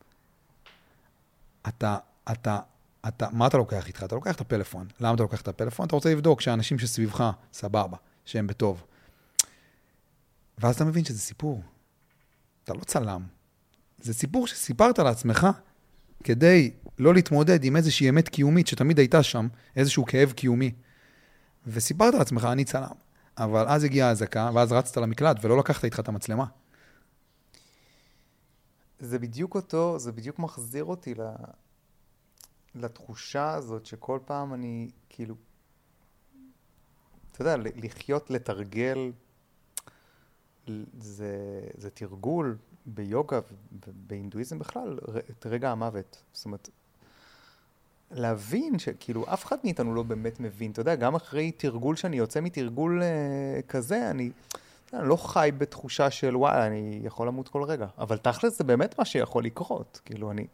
B: מה אתה לוקח איתך? אתה לוקח את הפלאפון. למה אתה לוקח את הפלאפון? אתה רוצה לבדוק שהאנשים שסביבך סבבה, שהם בטוב. ואז אתה מבין שזה סיפור. אתה לא צלם. זה סיפור שסיפרת לעצמך כדי לא להתמודד עם איזושהי אמת קיומית שתמיד הייתה שם, איזשהו כאב קיומי. וסיפרת לעצמך, אני צלם. אבל אז הגיעה האזעקה, ואז רצת למקלט, ולא לקחת איתך את המצלמה.
A: זה בדיוק מחזיר אותי לתחושה הזאת שכל פעם אני כאילו, אתה יודע, לחיות, לתרגל, זה תרגול ביוגה ובהינדואיזם בכלל, את רגע המוות. זאת אומרת, להבין שכאילו אף אחד מאיתנו לא באמת מבין. אתה יודע, גם אחרי תרגול שאני יוצא מתרגול כזה, אני לא חי בתחושה של וואלה, אני יכול למות כל רגע. אבל תכל'ס זה באמת מה שיכול לקרות. כאילו אני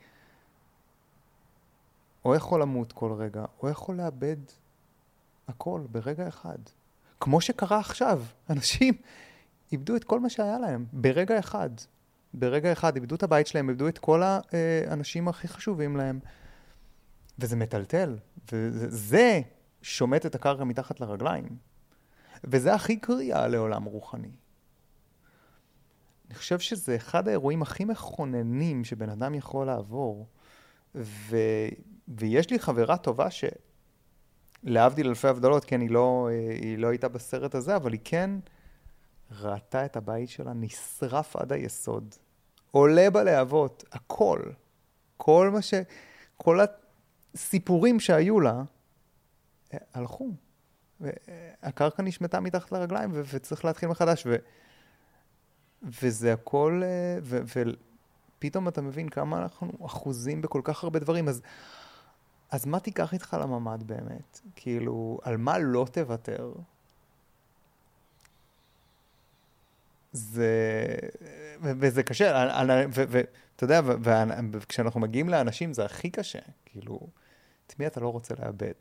A: או יכול למות כל רגע, או יכול לאבד הכל ברגע אחד. כמו שקרה עכשיו, אנשים איבדו את כל מה שהיה להם ברגע אחד. ברגע אחד איבדו את הבית שלהם, איבדו את כל האנשים הכי חשובים להם. וזה מטלטל, וזה שומט את הקרקע מתחת לרגליים. וזה הכי קריאה לעולם רוחני. אני חושב שזה אחד האירועים הכי מכוננים שבן אדם יכול לעבור. ויש לי חברה טובה שלהבדיל אלפי הבדלות, כן, היא לא הייתה בסרט הזה, אבל היא כן ראתה את הבית שלה נשרף עד היסוד. עולה בלהבות, הכל. כל הסיפורים שהיו לה, הלכו. הקרקע נשמטה מתחת לרגליים, וצריך להתחיל מחדש. וזה הכל, ופתאום אתה מבין כמה אנחנו אחוזים בכל כך הרבה דברים. אז מה תיקח איתך לממד באמת? כאילו, על מה לא תוותר? וזה קשה, ואתה יודע, וכשאנחנו מגיעים לאנשים זה הכי קשה, כאילו, את מי אתה לא רוצה לאבד?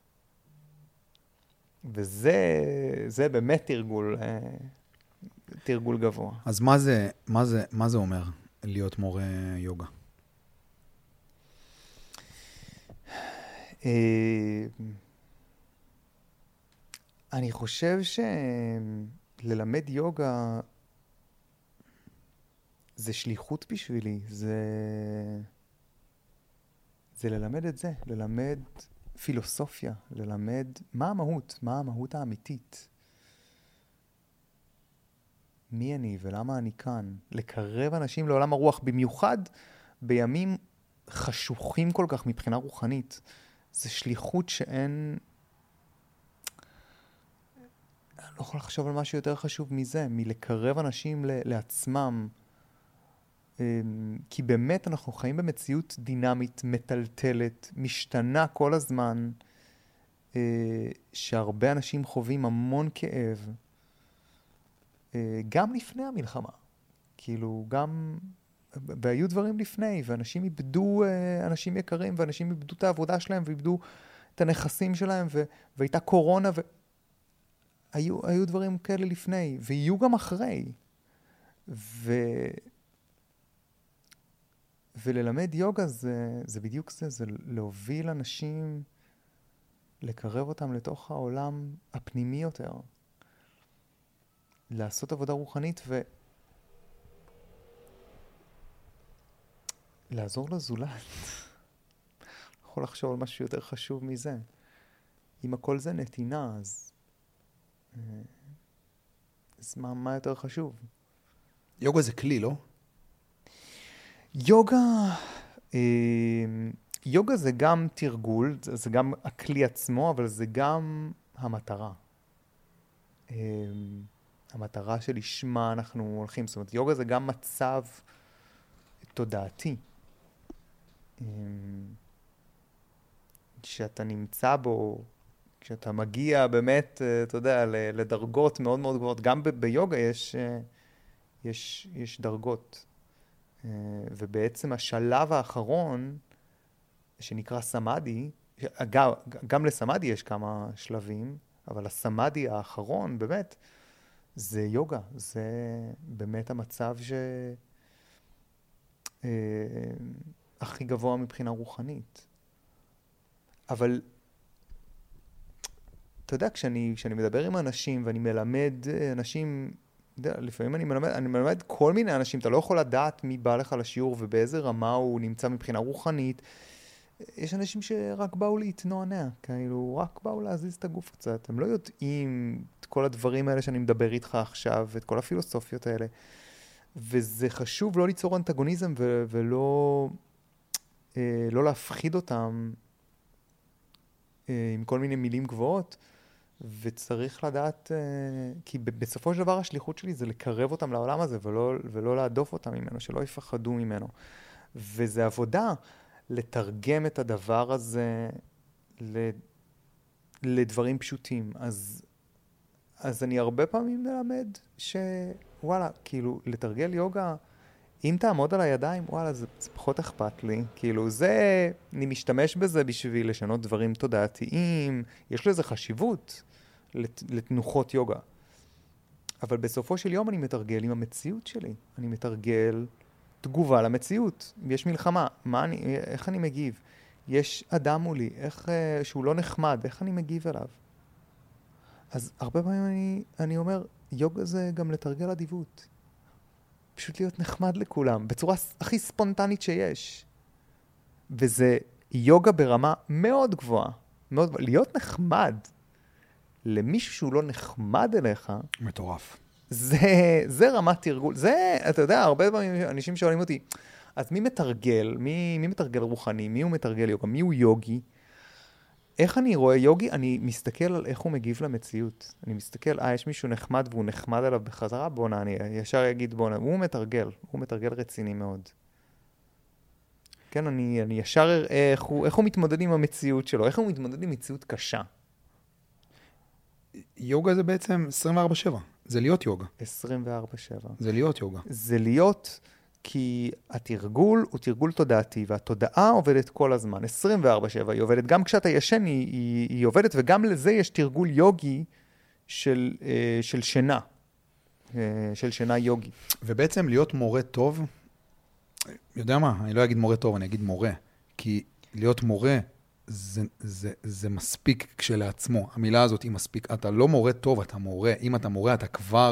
A: וזה באמת תרגול גבוה.
B: אז מה זה אומר להיות מורה יוגה?
A: אני חושב שללמד יוגה זה שליחות בשבילי, זה ללמד את זה, ללמד פילוסופיה, ללמד מה המהות האמיתית. מי אני ולמה אני כאן? לקרב אנשים לעולם הרוח, במיוחד בימים חשוכים כל כך מבחינה רוחנית. זה שליחות שאין... אני לא יכול לחשוב על משהו יותר חשוב מזה, מלקרב אנשים לעצמם. כי באמת אנחנו חיים במציאות דינמית, מטלטלת, משתנה כל הזמן, שהרבה אנשים חווים המון כאב. גם לפני המלחמה. כאילו, גם... והיו דברים לפני, ואנשים איבדו אנשים יקרים, ואנשים איבדו את העבודה שלהם, ואיבדו את הנכסים שלהם, והייתה קורונה, היו דברים כאלה לפני, ויהיו גם אחרי. וללמד יוגה זה בדיוק זה להוביל אנשים, לקרב אותם לתוך העולם הפנימי יותר. לעשות עבודה רוחנית לעזור לזולת. יכול לחשוב על משהו יותר חשוב מזה. אם הכל זה נתינה, אז מה יותר חשוב?
B: יוגה זה כלי, לא?
A: יוגה זה גם תרגול, זה גם הכלי עצמו, אבל זה גם המטרה. המטרה שלשמה אנחנו הולכים. זאת אומרת, יוגה זה גם מצב תודעתי. שאתה נמצא בו, כשאתה מגיע באמת, אתה יודע, לדרגות מאוד מאוד גבוהות. גם ביוגה יש דרגות. ובעצם השלב האחרון, שנקרא סמאדי, גם לסמאדי יש כמה שלבים, אבל הסמאדי האחרון, באמת, זה יוגה. זה באמת המצב הכי גבוה מבחינה רוחנית. אבל אתה יודע, כשאני מדבר עם אנשים ואני מלמד אנשים, לפעמים אני מלמד כל מיני אנשים, אתה לא יכול לדעת מי בא לך לשיעור ובאיזה רמה הוא נמצא מבחינה רוחנית, יש אנשים שרק באו להתנוענע, כאילו, רק באו להזיז את הגוף קצת. הם לא יודעים את כל הדברים האלה שאני מדבר איתך עכשיו, את כל הפילוסופיות האלה. וזה חשוב לא ליצור אנטגוניזם ולא לא להפחיד אותם עם כל מיני מילים גבוהות, וצריך לדעת, כי בסופו של דבר השליחות שלי זה לקרב אותם לעולם הזה ולא להדוף אותם ממנו, שלא יפחדו ממנו. וזה עבודה לתרגם את הדבר הזה לדברים פשוטים. אז אני הרבה פעמים מלמד שוואלה, כאילו, לתרגל יוגה, אם תעמוד על הידיים, וואלה, זה פחות אכפת לי. כאילו, אני משתמש בזה בשביל לשנות דברים תודעתיים, יש לזה חשיבות לתנוחות יוגה. אבל בסופו של יום אני מתרגל עם המציאות שלי. אני מתרגל תגובה למציאות. יש מלחמה, איך אני מגיב? יש אדם מולי, שהוא לא נחמד, איך אני מגיב אליו? אז הרבה פעמים אני אומר, יוגה זה גם לתרגל אדיבות. פשוט להיות נחמד לכולם, בצורה הכי ספונטנית שיש. וזה יוגה ברמה מאוד גבוהה. להיות נחמד למישהו שהוא לא נחמד אליך,
B: מטורף.
A: זה רמת תרגול. אתה יודע, הרבה פעמים אנשים שואלים אותי, אז מי מתרגל? מי מתרגל רוחני? מי הוא מתרגל יוגה? מי הוא יוגי? איך אני רואה יוגי? אני מסתכל על איך הוא מגיב למציאות. אני מסתכל, יש מישהו נחמד והוא נחמד עליו בחזרה, בונה, אני ישר אגיד בונה. הוא מתרגל רציני מאוד. כן, אני ישר אראה איך הוא מתמודד עם המציאות שלו, איך הוא מתמודד עם מציאות קשה.
B: יוגה זה בעצם 24/7. זה להיות יוגה.
A: 24/7.
B: זה להיות יוגה.
A: זה להיות, כי התרגול הוא תרגול תודעתי, והתודעה עובדת כל הזמן, 24/7. היא עובדת גם כשאתה ישן, היא עובדת, וגם לזה יש תרגול יוגי של שינה. של שינה יוגי.
B: ובעצם להיות מורה טוב, יודע מה, אני לא אגיד מורה טוב, אני אגיד מורה. כי להיות מורה זה מספיק כשלעצמו. המילה הזאת היא מספיק. אתה לא מורה טוב, אתה מורה. אם אתה מורה, אתה כבר.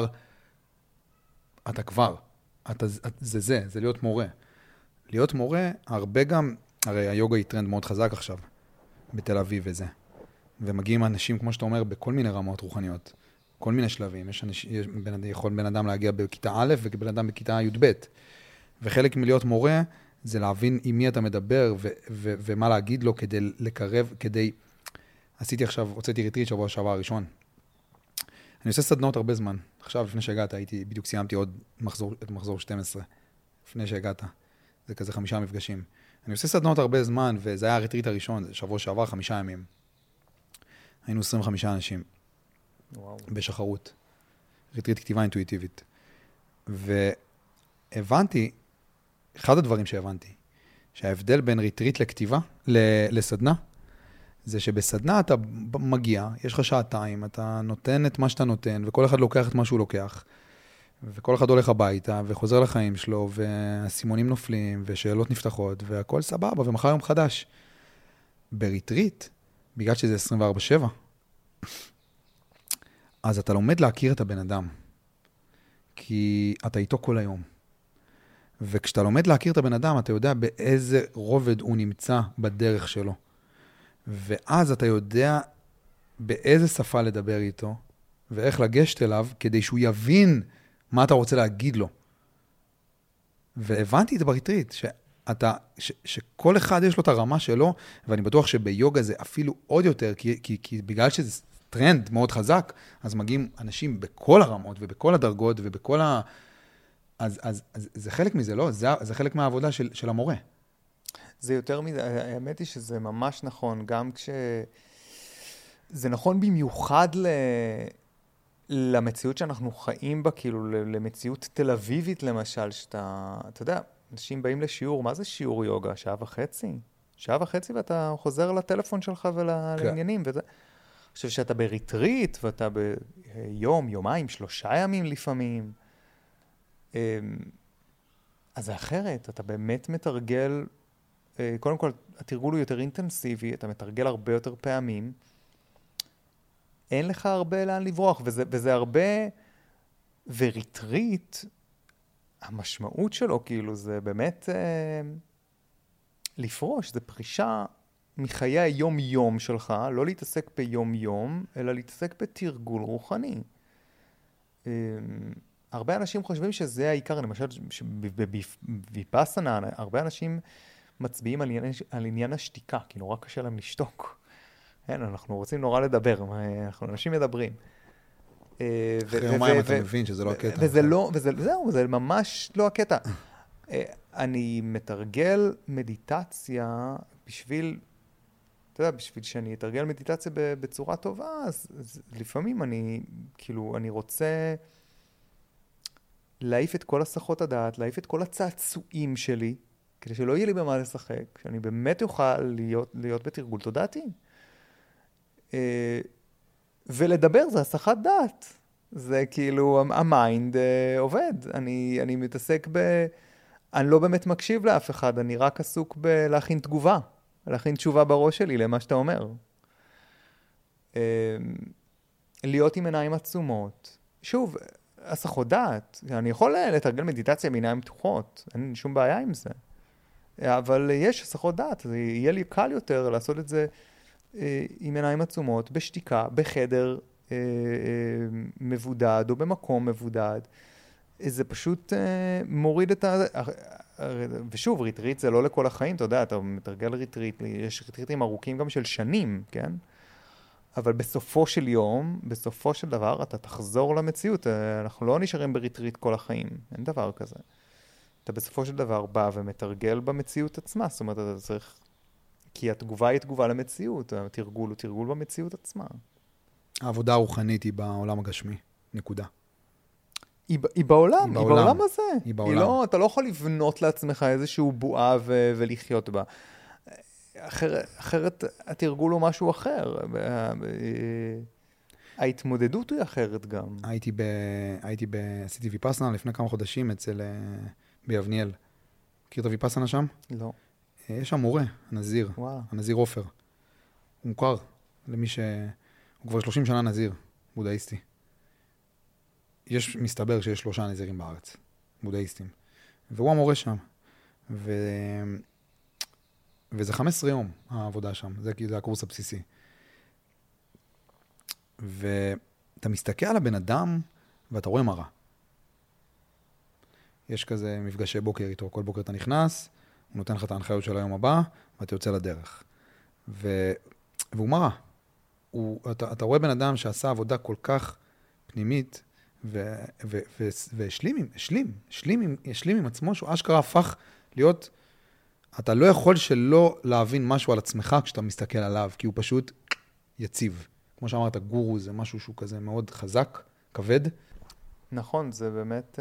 B: זה להיות מורה. להיות מורה, הרבה גם, הרי היוגה היא טרנד מאוד חזק עכשיו, בתל אביב וזה. ומגיעים אנשים, כמו שאתה אומר, בכל מיני רמות רוחניות. כל מיני שלבים. יכול בן אדם להגיע בכיתה א' ובן אדם בכיתה י"ב. וחלק מלהיות מורה, זה להבין עם מי אתה מדבר ומה להגיד לו כדי לקרב, הוצאתי ריטריט שבוע שעבר הראשון. אני עושה סדנות הרבה זמן. עכשיו, לפני שהגעת, בדיוק סיימתי עוד מחזור 12. לפני שהגעת. זה כזה 5 מפגשים. אני עושה סדנות הרבה זמן, וזה היה הריטריט הראשון, זה שבוע שעבר 5 ימים. היינו 25 אנשים.
A: וואו.
B: בשחרות. ריטריט כתיבה אינטואיטיבית. והבנתי, אחד הדברים שהבנתי, שההבדל בין ריטריט לכתיבה, לסדנה, זה שבסדנה אתה מגיע, יש לך שעתיים, אתה נותן את מה שאתה נותן, וכל אחד לוקח את מה שהוא לוקח, וכל אחד הולך הביתה, וחוזר לחיים שלו, והסימונים נופלים, ושאלות נפתחות, והכל סבבה, ומחר יום חדש. בריטריט, בגלל שזה 24/7, אז אתה לומד להכיר את הבן אדם, כי אתה איתו כל היום. וכשאתה לומד להכיר את הבן אדם, אתה יודע באיזה רובד הוא נמצא בדרך שלו. ואז אתה יודע באיזה שפה לדבר איתו, ואיך לגשת אליו, כדי שהוא יבין מה אתה רוצה להגיד לו. והבנתי את זה בריטריט, שכל אחד יש לו את הרמה שלו, ואני בטוח שביוגה זה אפילו עוד יותר, כי בגלל שזה טרנד מאוד חזק, אז מגיעים אנשים בכל הרמות, ובכל הדרגות, ובכל אז זה חלק מזה, לא? זה חלק מהעבודה של המורה.
A: זה יותר מזה, האמת היא שזה ממש נכון, גם זה נכון במיוחד למציאות שאנחנו חיים בה, כאילו למציאות תל אביבית למשל, אתה יודע, אנשים באים לשיעור, מה זה שיעור יוגה? 1.5 שעות? 1.5 שעות ואתה חוזר לטלפון שלך ולעניינים, וזה. אני חושב שאתה בריטריט, ואתה ביום, יומיים, 3 ימים לפעמים, אז זה אחרת, אתה באמת מתרגל, קודם כל, התרגול הוא יותר אינטנסיבי, אתה מתרגל הרבה יותר פעמים, אין לך הרבה לאן לברוח, וזה הרבה, וריטריט, המשמעות שלו כאילו זה באמת לפרוש, זה פרישה מחיי היום-יום שלך, לא להתעסק ביום-יום, אלא להתעסק בתרגול רוחני. הרבה אנשים חושבים שזה העיקר, למשל בוויפאסנה, הרבה אנשים מצביעים על עניין השתיקה, כי נורא קשה להם לשתוק. כן, אנחנו רוצים נורא לדבר, אנחנו אנשים מדברים.
B: אחרי יומיים אתה מבין שזה לא הקטע.
A: זהו, זה ממש לא הקטע. אני מתרגל מדיטציה בשביל, אתה יודע, בשביל שאני אתרגל מדיטציה בצורה טובה, אז לפעמים אני רוצה להעיף את כל הסחות הדעת, להעיף את כל הצעצועים שלי, כדי שלא יהיה לי במה לשחק, שאני באמת אוכל להיות בתרגול תודעתי. ולדבר זה הסחת דעת. זה כאילו, המיינד עובד. אני מתעסק אני לא באמת מקשיב לאף אחד, אני רק עסוק בלהכין תגובה, להכין תשובה בראש שלי למה שאתה אומר. להיות עם עיניים עצומות. שוב, הסחות דעת. אני יכול לתרגל מדיטציה בעיניים פתוחות, אין שום בעיה עם זה. אבל יש הסחות דעת, אז יהיה לי קל יותר לעשות את זה עם עיניים עצומות, בשתיקה, בחדר מבודד או במקום מבודד. זה פשוט מוריד את ושוב, ריטריט זה לא לכל החיים, אתה יודע, אתה מתרגל ריטריט, יש ריטריטים ארוכים גם של שנים, כן? אבל בסופו של יום, בסופו של דבר, אתה תחזור למציאות. אנחנו לא נשארים בריטריט כל החיים, אין דבר כזה. אתה בסופו של דבר בא ומתרגל במציאות עצמה, זאת אומרת, אתה צריך כי התגובה היא תגובה למציאות, התרגול הוא תרגול במציאות עצמה.
B: העבודה הרוחנית היא בעולם הגשמי, נקודה.
A: היא בעולם, היא בעולם הזה.
B: היא בעולם.
A: אתה לא יכול לבנות לעצמך איזשהו בועה ולחיות בה. אחרת התרגול הוא משהו אחר. ההתמודדות היא אחרת גם.
B: עשיתי ויפאסנה לפני כמה חודשים ביבניאל. מכיר את הויפאסנה שם?
A: לא.
B: יש שם מורה, הנזיר, הנזיר עופר. הוא מוכר למי הוא כבר 30 שנה נזיר, בודהיסטי. מסתבר שיש 3 נזירים בארץ, בודהיסטים. והוא המורה שם. וזה 15 יום העבודה שם, זה הקורס הבסיסי. ואתה מסתכל על הבן אדם ואתה רואה מראה. יש כזה מפגשי בוקר איתו, כל בוקר אתה נכנס, הוא נותן לך את ההנחיות של היום הבא, ואתה יוצא לדרך. והוא מראה. אתה רואה בן אדם שעשה עבודה כל כך פנימית, והשלים עם עצמו, שהוא אשכרה הפך להיות, אתה לא יכול שלא להבין משהו על עצמך כשאתה מסתכל עליו, כי הוא פשוט יציב. כמו שאמרת, גורו זה משהו שהוא כזה מאוד חזק, כבד.
A: נכון, זה באמת,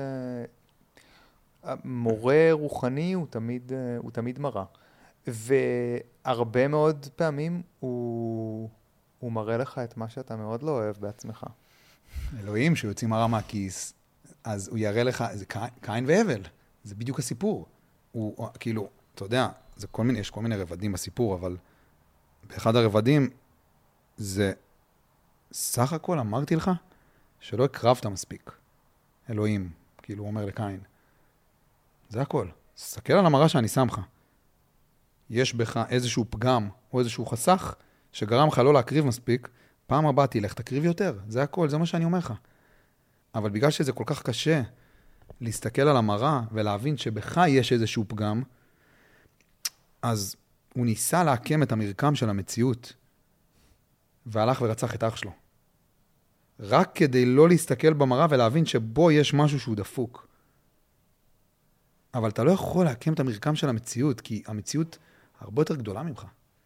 A: מורה רוחני הוא תמיד מראה. והרבה מאוד פעמים הוא מראה לך את מה שאתה מאוד לא אוהב בעצמך.
B: אלוהים שיוצאים מראה מהכיס, אז הוא יראה לך, זה קין והבל, זה בדיוק הסיפור. הוא כאילו, אתה יודע, יש כל מיני רבדים בסיפור, אבל באחד הרבדים זה, סך הכל אמרתי לך, שלא הקרבת מספיק. אלוהים, כאילו הוא אומר לקין. זה הכל. סתכל על המראה שאני שם לך. יש בך איזשהו פגם או איזשהו חסך שגרם לך לא להקריב מספיק, פעם הבאה תלך, תקריב יותר. זה הכל, זה מה שאני אומר לך. אבל בגלל שזה כל כך קשה להסתכל על המראה ולהבין שבך יש איזשהו פגם, אז הוא ניסה להקם את המרקם של המציאות, והלך ורצח את אח שלו. רק כדי לא להסתכל במראה ולהבין שבו יש משהו שהוא דפוק. אבל אתה לא יכול להקם את המרקם של המציאות, כי המציאות הרבה יותר גדולה ממך.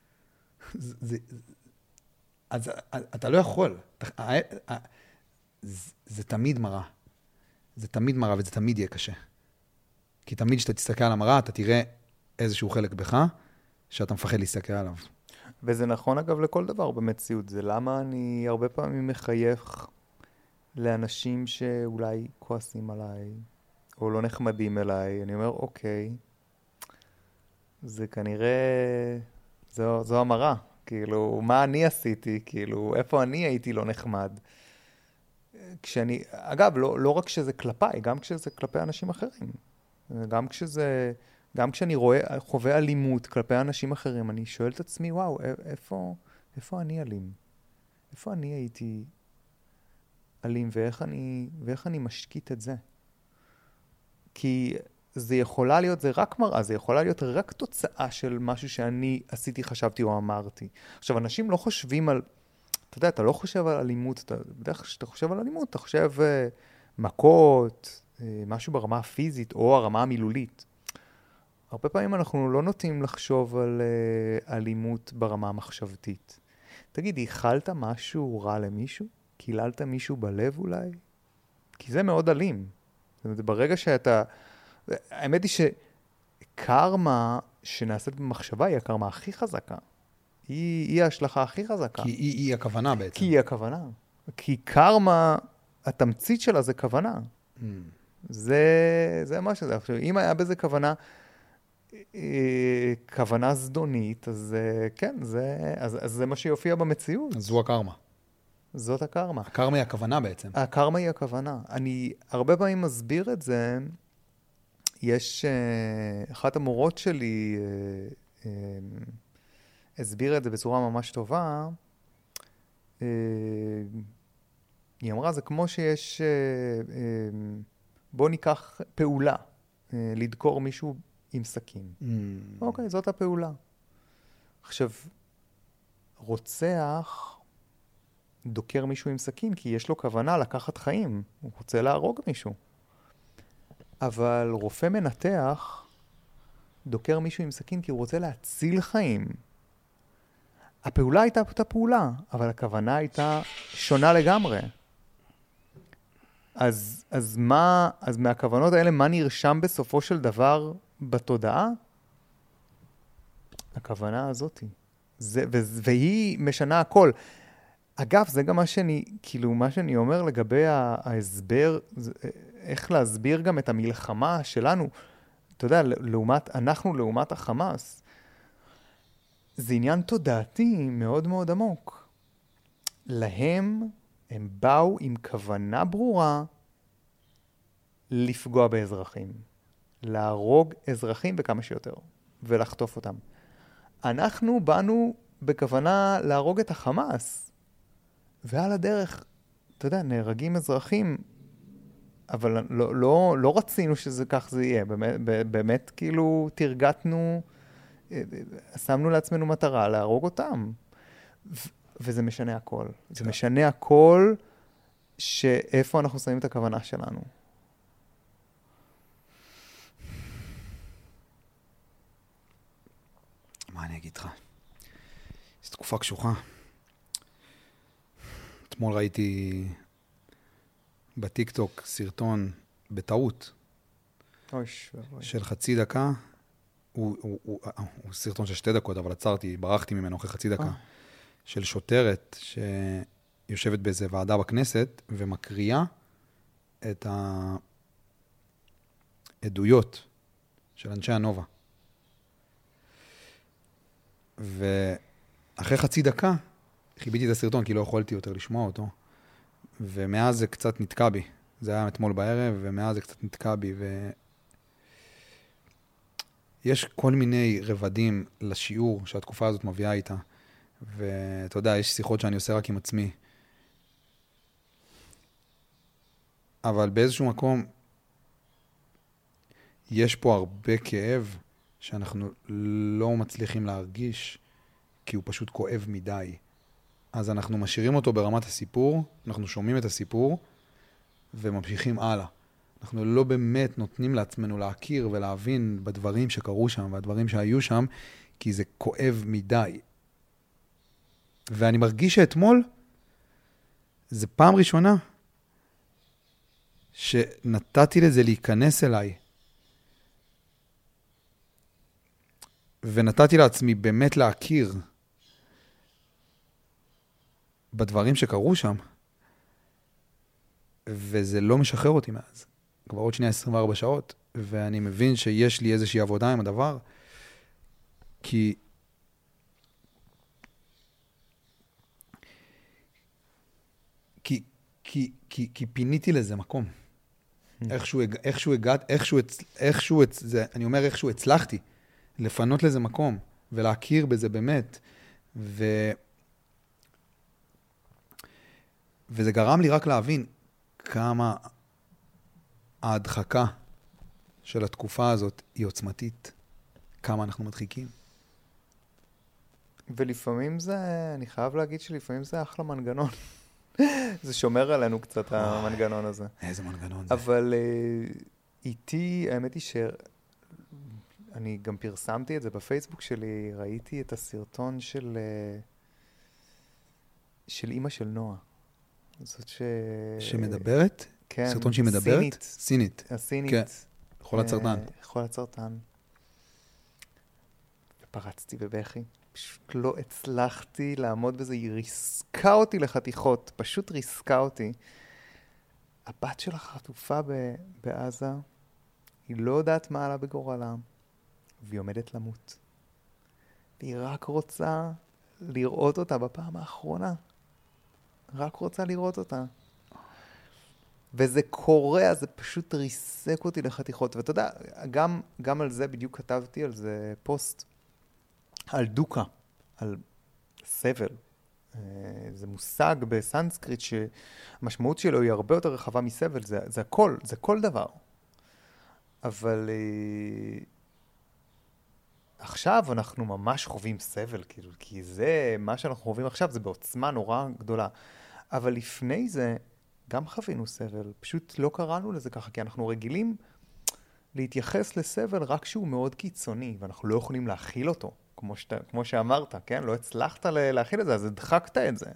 B: אז אתה לא יכול. זה תמיד מראה. זה תמיד מראה וזה תמיד יהיה קשה. כי תמיד כשאתה תסתכל על המראה, אתה תראה איזשהו חלק בך שאתה מפחד להסתכל עליו.
A: וזה נכון אגב לכל דבר במציאות. זה למה אני הרבה פעמים מחייך לאנשים שאולי כועסים עליי, או לא נחמדים אליי. אני אומר, אוקיי, זה כנראה, זו המראה. כאילו, מה אני עשיתי? כאילו, איפה אני הייתי לא נחמד? אגב, לא רק שזה כלפיי, גם כשזה כלפי אנשים אחרים. גם כשזה גם כשאני חווה אלימות כלפי אנשים אחרים, אני שואל את עצמי, וואו, איפה אני אלים? איפה אני הייתי אלים, ואיך אני משקיט את זה? כי זה יכולה להיות, זה רק מראה, זה יכולה להיות רק תוצאה של משהו שאני עשיתי, חשבתי או אמרתי. עכשיו, אנשים לא חושבים על, אתה יודע, אתה לא חושב על אלימות, בדרך כלל כשאתה חושב על אלימות, אתה חושב מכות, משהו ברמה הפיזית או הרמה המילולית. הרבה פעמים אנחנו לא נוטים לחשוב על אלימות ברמה המחשבתית. תגיד, איחלת משהו רע למישהו? קיללת מישהו בלב אולי? כי זה מאוד אלים. זאת אומרת, ברגע שאתה... האמת היא שקרמה שנעשית במחשבה היא הקרמה הכי חזקה. היא ההשלכה הכי חזקה.
B: כי היא הכוונה בעצם.
A: כי היא הכוונה. כי קרמה, התמצית שלה זה כוונה. זה מה שזה. עכשיו, אם היה בזה כוונה זדונית, אז כן, אז זה מה שיופיע במציאות.
B: אז זו הקרמה.
A: זאת הקרמה.
B: הקרמה היא הכוונה בעצם.
A: הקרמה היא הכוונה. אני הרבה פעמים מסביר את זה. יש, אחת המורות שלי הסבירה את זה בצורה ממש טובה. היא אמרה, זה כמו שיש, בוא ניקח פעולה, לדקור מישהו עם סכין. אוקיי, זאת הפעולה. עכשיו, רוצח דוקר מישהו עם סכין, כי יש לו כוונה לקחת חיים. הוא רוצה להרוג מישהו. אבל רופא מנתח דוקר מישהו עם סכין, כי הוא רוצה להציל חיים. הפעולה הייתה אותה פעולה, אבל הכוונה הייתה שונה לגמרי. אז מהכוונות האלה, מה נרשם בסופו של דבר בתודעה? הכוונה הזאת. והיא משנה הכל. אגב, זה גם מה שאני אומר לגבי ההסבר, איך להסביר גם את המלחמה שלנו. אתה יודע, לעומת החמאס. זה עניין תודעתי מאוד מאוד עמוק. הם באו עם כוונה ברורה לפגוע באזרחים. להרוג אזרחים בכמה שיותר, ולחטוף אותם. אנחנו באנו בכוונה להרוג את החמאס, ועל הדרך, אתה יודע, נהרגים אזרחים, אבל לא רצינו כך זה יהיה. באמת כאילו תרגטנו, שמנו לעצמנו מטרה להרוג אותם. וזה משנה הכל. זה משנה הכל שאיפה אנחנו שמים את הכוונה שלנו.
B: מה אני אגיד לך? זו תקופה קשוחה. אתמול ראיתי בטיקטוק סרטון בטעות של חצי דקה. הוא סרטון של 2 דקות, אבל ברחתי ממנו אחרי חצי דקה. של שוטרת שיושבת באיזה ועדה בכנסת ומקריאה את העדויות של אנשי הנובה. ואחרי חצי דקה חיביתי את הסרטון כי לא יכולתי יותר לשמוע אותו, ומאז זה קצת נתקע בי. זה היה אתמול בערב, ומאז זה קצת נתקע בי, יש כל מיני רבדים לשיעור שהתקופה הזאת מביאה איתה. ואתה יודע, יש שיחות שאני עושה רק עם עצמי. אבל באיזשהו מקום, יש פה הרבה כאב שאנחנו לא מצליחים להרגיש, כי הוא פשוט כואב מדי. אז אנחנו משאירים אותו ברמת הסיפור, אנחנו שומעים את הסיפור, וממשיכים הלאה. אנחנו לא באמת נותנים לעצמנו להכיר ולהבין בדברים שקרו שם, והדברים שהיו שם, כי זה כואב מדי. ואני מרגיש שאתמול, זה פעם ראשונה, שנתתי לזה להיכנס אליי. ונתתי לעצמי באמת להכיר בדברים שקרו שם. וזה לא משחרר אותי מאז. כבר עוד שנייה 24 שעות, ואני מבין שיש לי איזושהי עבודה עם הדבר, כי פיניתי לזה מקום. איכשהו הצלחתי לפנות לזה מקום, ולהכיר בזה באמת, וזה גרם לי רק להבין כמה ההדחקה של התקופה הזאת היא עוצמתית, כמה אנחנו מדחיקים.
A: ולפעמים זה, אני חייב להגיד שלפעמים זה אחלה מנגנון. זה שומר עלינו קצת המנגנון הזה.
B: איזה מנגנון זה.
A: אבל איתי, האמת היא שאני גם פרסמתי את זה בפייסבוק שלי, ראיתי את הסרטון של אמא של נועה. זאת
B: שמדברת?
A: כן.
B: סרטון שהיא מדברת? סינית.
A: הסינית.
B: כן. חולת סרטן.
A: חולת סרטן. ופרצתי בבכי. פשוט לא הצלחתי לעמוד בזה, היא ריסקה אותי לחתיכות, פשוט ריסקה אותי. הבת שלה חטופה בעזה, היא לא יודעת מה עלה בגורלה, והיא עומדת למות. והיא רק רוצה לראות אותה בפעם האחרונה. רק רוצה לראות אותה. וזה קורה, אז זה פשוט ריסק אותי לחתיכות. ואתה יודע, גם על זה בדיוק כתבתי על זה פוסט. על דוקה, על סבל. זה מושג בסנסקריט שהמשמעות שלו היא הרבה יותר רחבה מסבל, זה הכל, זה כל דבר. אבל עכשיו אנחנו ממש חווים סבל, כאילו, כי זה, מה שאנחנו חווים עכשיו זה בעוצמה נורא גדולה. אבל לפני זה גם חווינו סבל, פשוט לא קראנו לזה ככה, כי אנחנו רגילים להתייחס לסבל רק שהוא מאוד קיצוני, ואנחנו לא יכולים להכיל אותו. כמו שאמרת, כן? לא הצלחת להכיל את זה, אז הדחקת את זה.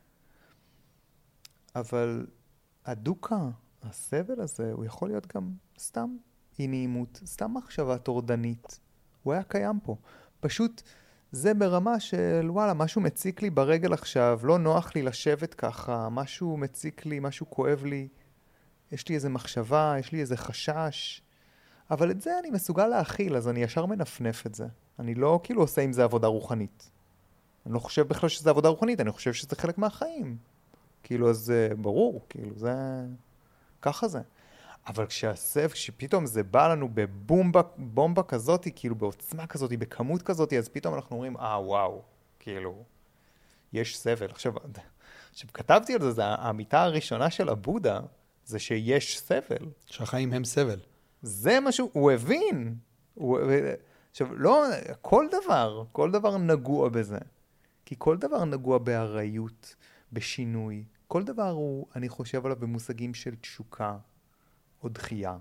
A: אבל הדוקה, הסבל הזה, הוא יכול להיות גם סתם אי נעימות, סתם מחשבה טורדנית. הוא היה קיים פה. פשוט זה ברמה של, וואלה, משהו מציק לי ברגל עכשיו, לא נוח לי לשבת ככה, משהו מציק לי, משהו כואב לי, יש לי איזה מחשבה, יש לי איזה חשש, אבל את זה אני מסוגל להכיל, אז אני ישר מנפנף את זה. אני לא כאילו עושה עם זה עבודה רוחנית. אני לא חושב בכלל שזה עבודה רוחנית, אני חושב שזה חלק מהחיים. כאילו, אז ברור, כאילו, זה... ככה זה. אבל כשפתאום זה בא לנו בבומבה כזאת, כאילו בעוצמה כזאת, בכמות כזאת, אז פתאום אנחנו אומרים, וואו, כאילו, יש סבל. עכשיו, כתבתי על זה, זה האמיתה הראשונה של הבודה, זה שיש סבל.
B: שהחיים הם סבל.
A: זה משהו, הוא הבין. עכשיו, לא, כל דבר נגוע בזה. כי כל דבר נגוע בהרעיות, בשינוי. כל דבר הוא, אני חושב עליו במושגים של תשוקה או דחייה.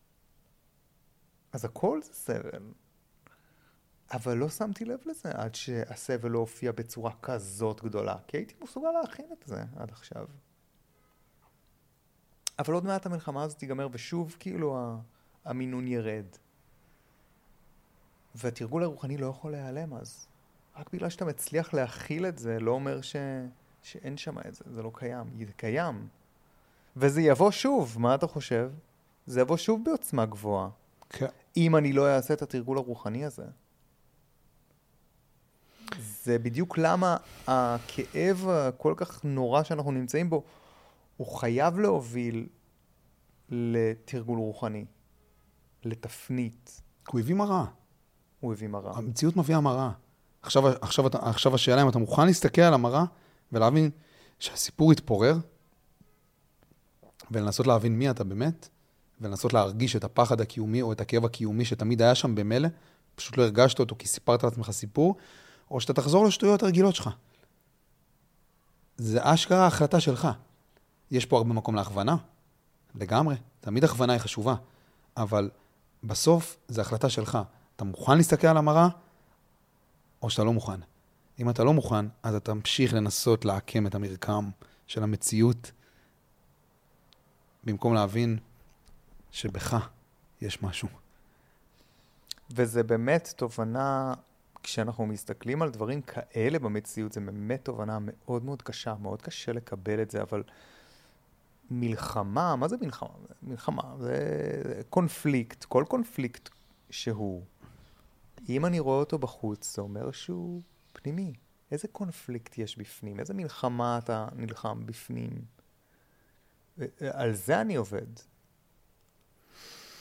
A: אז הכל זה סבל. אבל לא שמתי לב לזה עד שהסבל לא הופיע בצורה כזאת גדולה. כי הייתי מסוגל להכין את זה עד עכשיו. אבל עוד מעט המלחמה הזאת תיגמר, ושוב כאילו המינון ירד. והתרגול הרוחני לא יכול להיעלם אז. רק בגלל שאתה מצליח להכיל את זה, לא אומר שאין שם את זה. זה לא קיים. זה קיים. וזה יבוא שוב. מה אתה חושב? זה יבוא שוב בעוצמה גבוהה.
B: כן.
A: אם אני לא אעשה את התרגול הרוחני הזה. זה בדיוק למה הכאב הכל כך נורא שאנחנו נמצאים בו, הוא חייב להוביל לתרגול רוחני. לתפנית.
B: הוא הביא מראה.
A: הוא הביא מראה.
B: המציאות מביאה מראה. עכשיו השאלה אם אתה מוכן להסתכל על המראה ולהבין שהסיפור יתפורר, ולנסות להבין מי אתה באמת, ולנסות להרגיש את הפחד הקיומי או את הכאב הקיומי שתמיד היה שם במילא, פשוט לא הרגשת אותו כי סיפרת לעצמך סיפור, או שאתה תחזור לשטויות הרגילות שלך. זה אשכרה ההחלטה שלך. יש פה הרבה מקום להכוונה, לגמרי. תמיד הכוונה היא חשובה, אבל בסוף זה החלטה שלך. אתה מוכן להסתכל על המראה, או שאתה לא מוכן. אם אתה לא מוכן, אז אתה תמשיך לנסות לעקם את המרקם של המציאות, במקום להבין שבך יש משהו.
A: וזה באמת תובנה, כשאנחנו מסתכלים על דברים כאלה במציאות, זה באמת תובנה מאוד מאוד קשה, מאוד קשה לקבל את זה, אבל מלחמה, מה זה מלחמה? מלחמה, זה קונפליקט, כל קונפליקט שהוא. אם אני רואה אותו בחוץ, זה אומר שהוא פנימי. איזה קונפליקט יש בפנים? איזה מלחמה אתה נלחם בפנים? על זה אני עובד.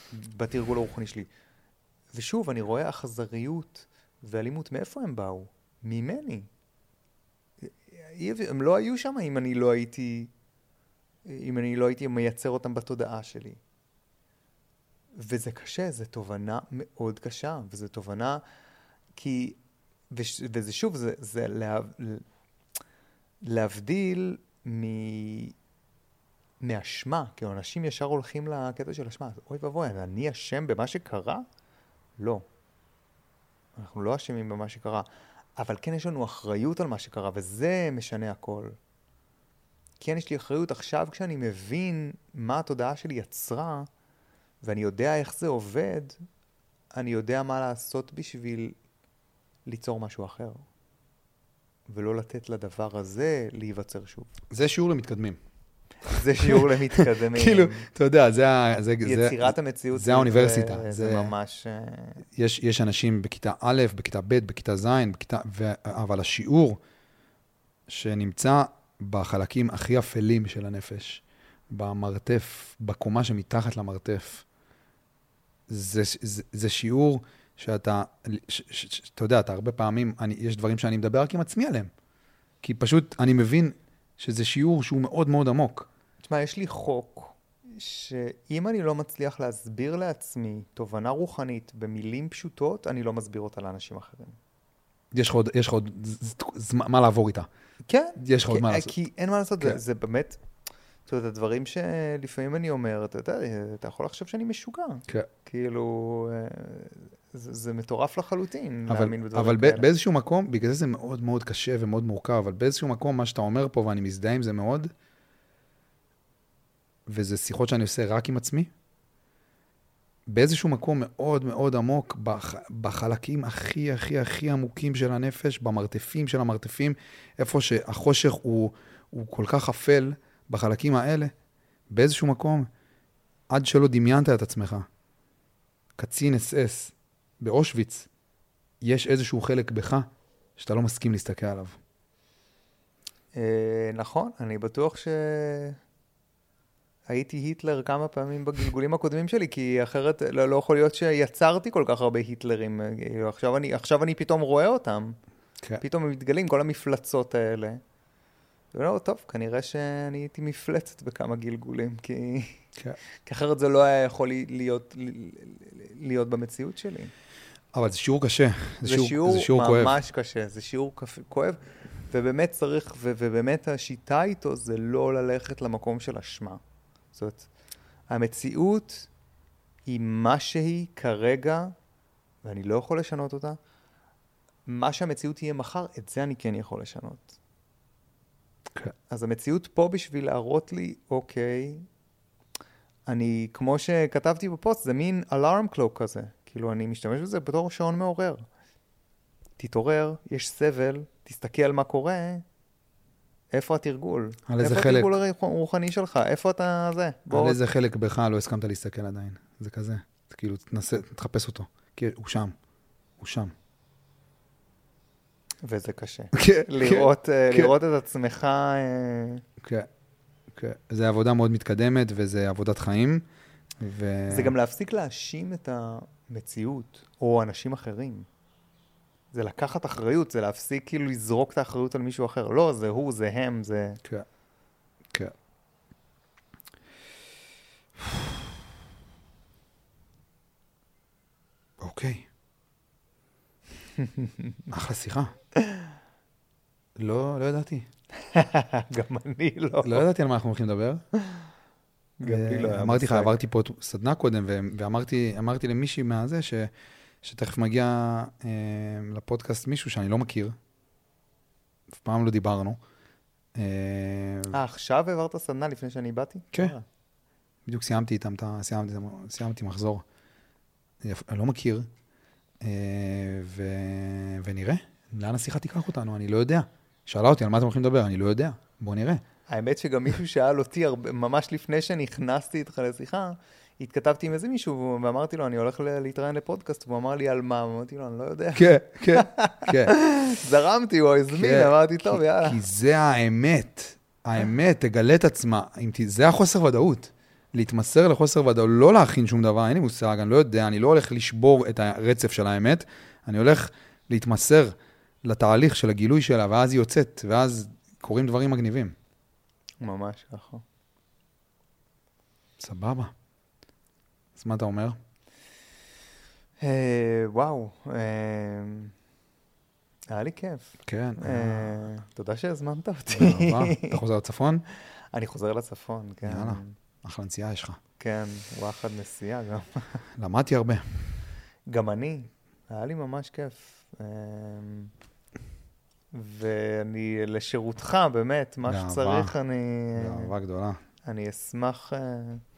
A: בתרגול הרוחני שלי. ושוב, אני רואה אכזריות ואלימות, מאיפה הם באו? ממני. הם לא היו שם אם אני לא הייתי מייצר אותם בתודעה שלי. וזה קשה, זו תובנה מאוד קשה, וזו תובנה כי, וזה שוב, זה להבדיל מאשמה, כי אנשים ישר הולכים לקטע של אשמה, אוי ובוי, אני אשם במה שקרה? לא. אנחנו לא אשמים במה שקרה, אבל כן יש לנו אחריות על מה שקרה, וזה משנה הכל. כן יש לי אחריות עכשיו כשאני מבין מה התודעה שלי יצרה, ואני יודע איך זה עובד, אני יודע מה לעשות בשביל ליצור משהו אחר. ולא לתת לדבר הזה להיווצר שוב.
B: זה שיעור למתקדמים.
A: זה שיעור למתקדמים.
B: כאילו, אתה יודע,
A: יצירת המציאות.
B: זה האוניברסיטה.
A: זה ממש...
B: יש אנשים בכיתה א', בכיתה ב', בכיתה ז', אבל השיעור שנמצא בחלקים הכי אפלים של הנפש, במרתף, בקומה שמתחת למרתף, זה שיעור שאתה יודע, אתה הרבה פעמים, יש דברים שאני מדבר רק עם עצמי עליהם. כי פשוט אני מבין שזה שיעור שהוא מאוד מאוד עמוק.
A: תשמע, יש לי חוק שאם אני לא מצליח להסביר לעצמי תובנה רוחנית במילים פשוטות, אני לא מסביר אותה לאנשים אחרים.
B: יש לך עוד מה לעבור איתה.
A: כן.
B: יש לך עוד מה לעשות.
A: כי אין מה לעשות, זה באמת, אתה יודע, הדברים שלפעמים אני אומר, אתה יכול לחשוב שאני משוגע.
B: כן.
A: כאילו, זה מטורף לחלוטין להאמין בדברים
B: אבל
A: כאלה.
B: באיזשהו מקום, בגלל זה מאוד מאוד קשה ומאוד מורכב, אבל באיזשהו מקום, מה שאתה אומר פה, ואני מזדהה עם זה מאוד, וזה שיחות שאני עושה רק עם עצמי, באיזשהו מקום מאוד מאוד עמוק, בחלקים הכי הכי הכי עמוקים של הנפש, במרתפים של המרתפים, איפה שהחושך הוא כל כך אפל, בחלקים האלה, באיזשהו מקום, עד שלא דמיינת את עצמך, קצין אס-אס באושוויץ, יש איזשהו חלק בך שאתה לא מסכים להסתכל עליו.
A: נכון, אני בטוח שהייתי היטלר כמה פעמים בגלגולים הקודמים שלי, כי אחרת לא יכול להיות שיצרתי כל כך הרבה היטלרים. עכשיו אני פתאום רואה אותם. כן. פתאום הם מתגלים כל המפלצות האלה. ולא, טוב, כנראה שאני הייתי מפלצת בכמה גלגולים, כי אחרת זה לא היה יכול להיות במציאות שלי.
B: אבל זה שיעור קשה.
A: זה שיעור ממש קשה, זה שיעור כואב, ובאמת צריך, ובאמת השיטה איתו זה לא ללכת למקום של אשמה. זאת אומרת, המציאות היא מה שהיא כרגע, ואני לא יכול לשנות אותה, מה שהמציאות תהיה מחר, את זה אני כן יכול לשנות. אז המציאות פה בשביל להראות לי, אוקיי, אני, כמו שכתבתי בפוסט, זה מין אלארם קלוק כזה. כאילו, אני משתמש בזה בתור שעון מעורר. תתעורר, יש סבל, תסתכל על מה קורה, איפה התרגול? איפה התרגול הרוחני שלך? איפה אתה זה?
B: על איזה חלק בך לא הסכמת להסתכל עדיין. זה כזה. זה כאילו, תחפש אותו. כי הוא שם. הוא שם.
A: וזה קשה. לראות את עצמך...
B: כן. זה עבודה מאוד מתקדמת, וזה עבודת חיים.
A: זה גם להפסיק להאשים את המציאות, או אנשים אחרים. זה לקחת אחריות, זה להפסיק כאילו לזרוק את האחריות על מישהו אחר. לא, זה הוא, זה הם, זה...
B: כן. כן. אוקיי. אחלה שיחה. לא ידעתי.
A: גם אני לא.
B: לא ידעתי על מה אנחנו הולכים לדבר.
A: גם לי לא.
B: אמרתי לך, עברתי פה סדנה קודם, ואמרתי למישהי מהזה, שתכף מגיע לפודקאסט מישהו שאני לא מכיר. אף פעם לא דיברנו.
A: עכשיו העברת סדנה לפני שאני באתי?
B: כן. בדיוק סיימתי איתם, סיימתי מחזור. אני לא מכיר. ונראה, לאן השיחה תיקח אותנו, אני לא יודע. שאלה אותי על מה אתם הולכים לדבר, אני לא יודע. בוא נראה.
A: האמת שגם מישהו שאל אותי, ממש לפני שנכנסתי איתך לשיחה, התכתבתי עם איזה מישהו, ואמרתי לו, אני הולך להתראיין לפודקאסט, והוא אמר לי על מה, אמרתי לו, אני לא יודע.
B: כן, כן, כן.
A: זרמתי, הוא הזמין, אמרתי, טוב, יאללה.
B: כי זה האמת, תגלה את עצמה, זה החוסר ודאות. להתמסר לחוסר ודאות, לא להכין שום דבר, אין לי מושג, אני לא יודע, אני לא הולך לשבור את הרצף של האמת, אני הולך להתמסר לתהליך של הגילוי שלה, ואז היא יוצאת, ואז קורים דברים מגניבים.
A: ממש ככה.
B: סבבה. אז מה אתה אומר?
A: וואו, היה לי כיף.
B: כן.
A: תודה שהזמנת אותי.
B: אתה חוזר לצפון?
A: אני חוזר לצפון, כן.
B: יאללה, אחלה נסיעה יש לך.
A: כן, וואחד נסיעה גם.
B: למדתי הרבה.
A: גם אני, היה לי ממש כיף. ואני לשירותך, באמת, מה שצריך,
B: באהבה גדולה.
A: אני אשמח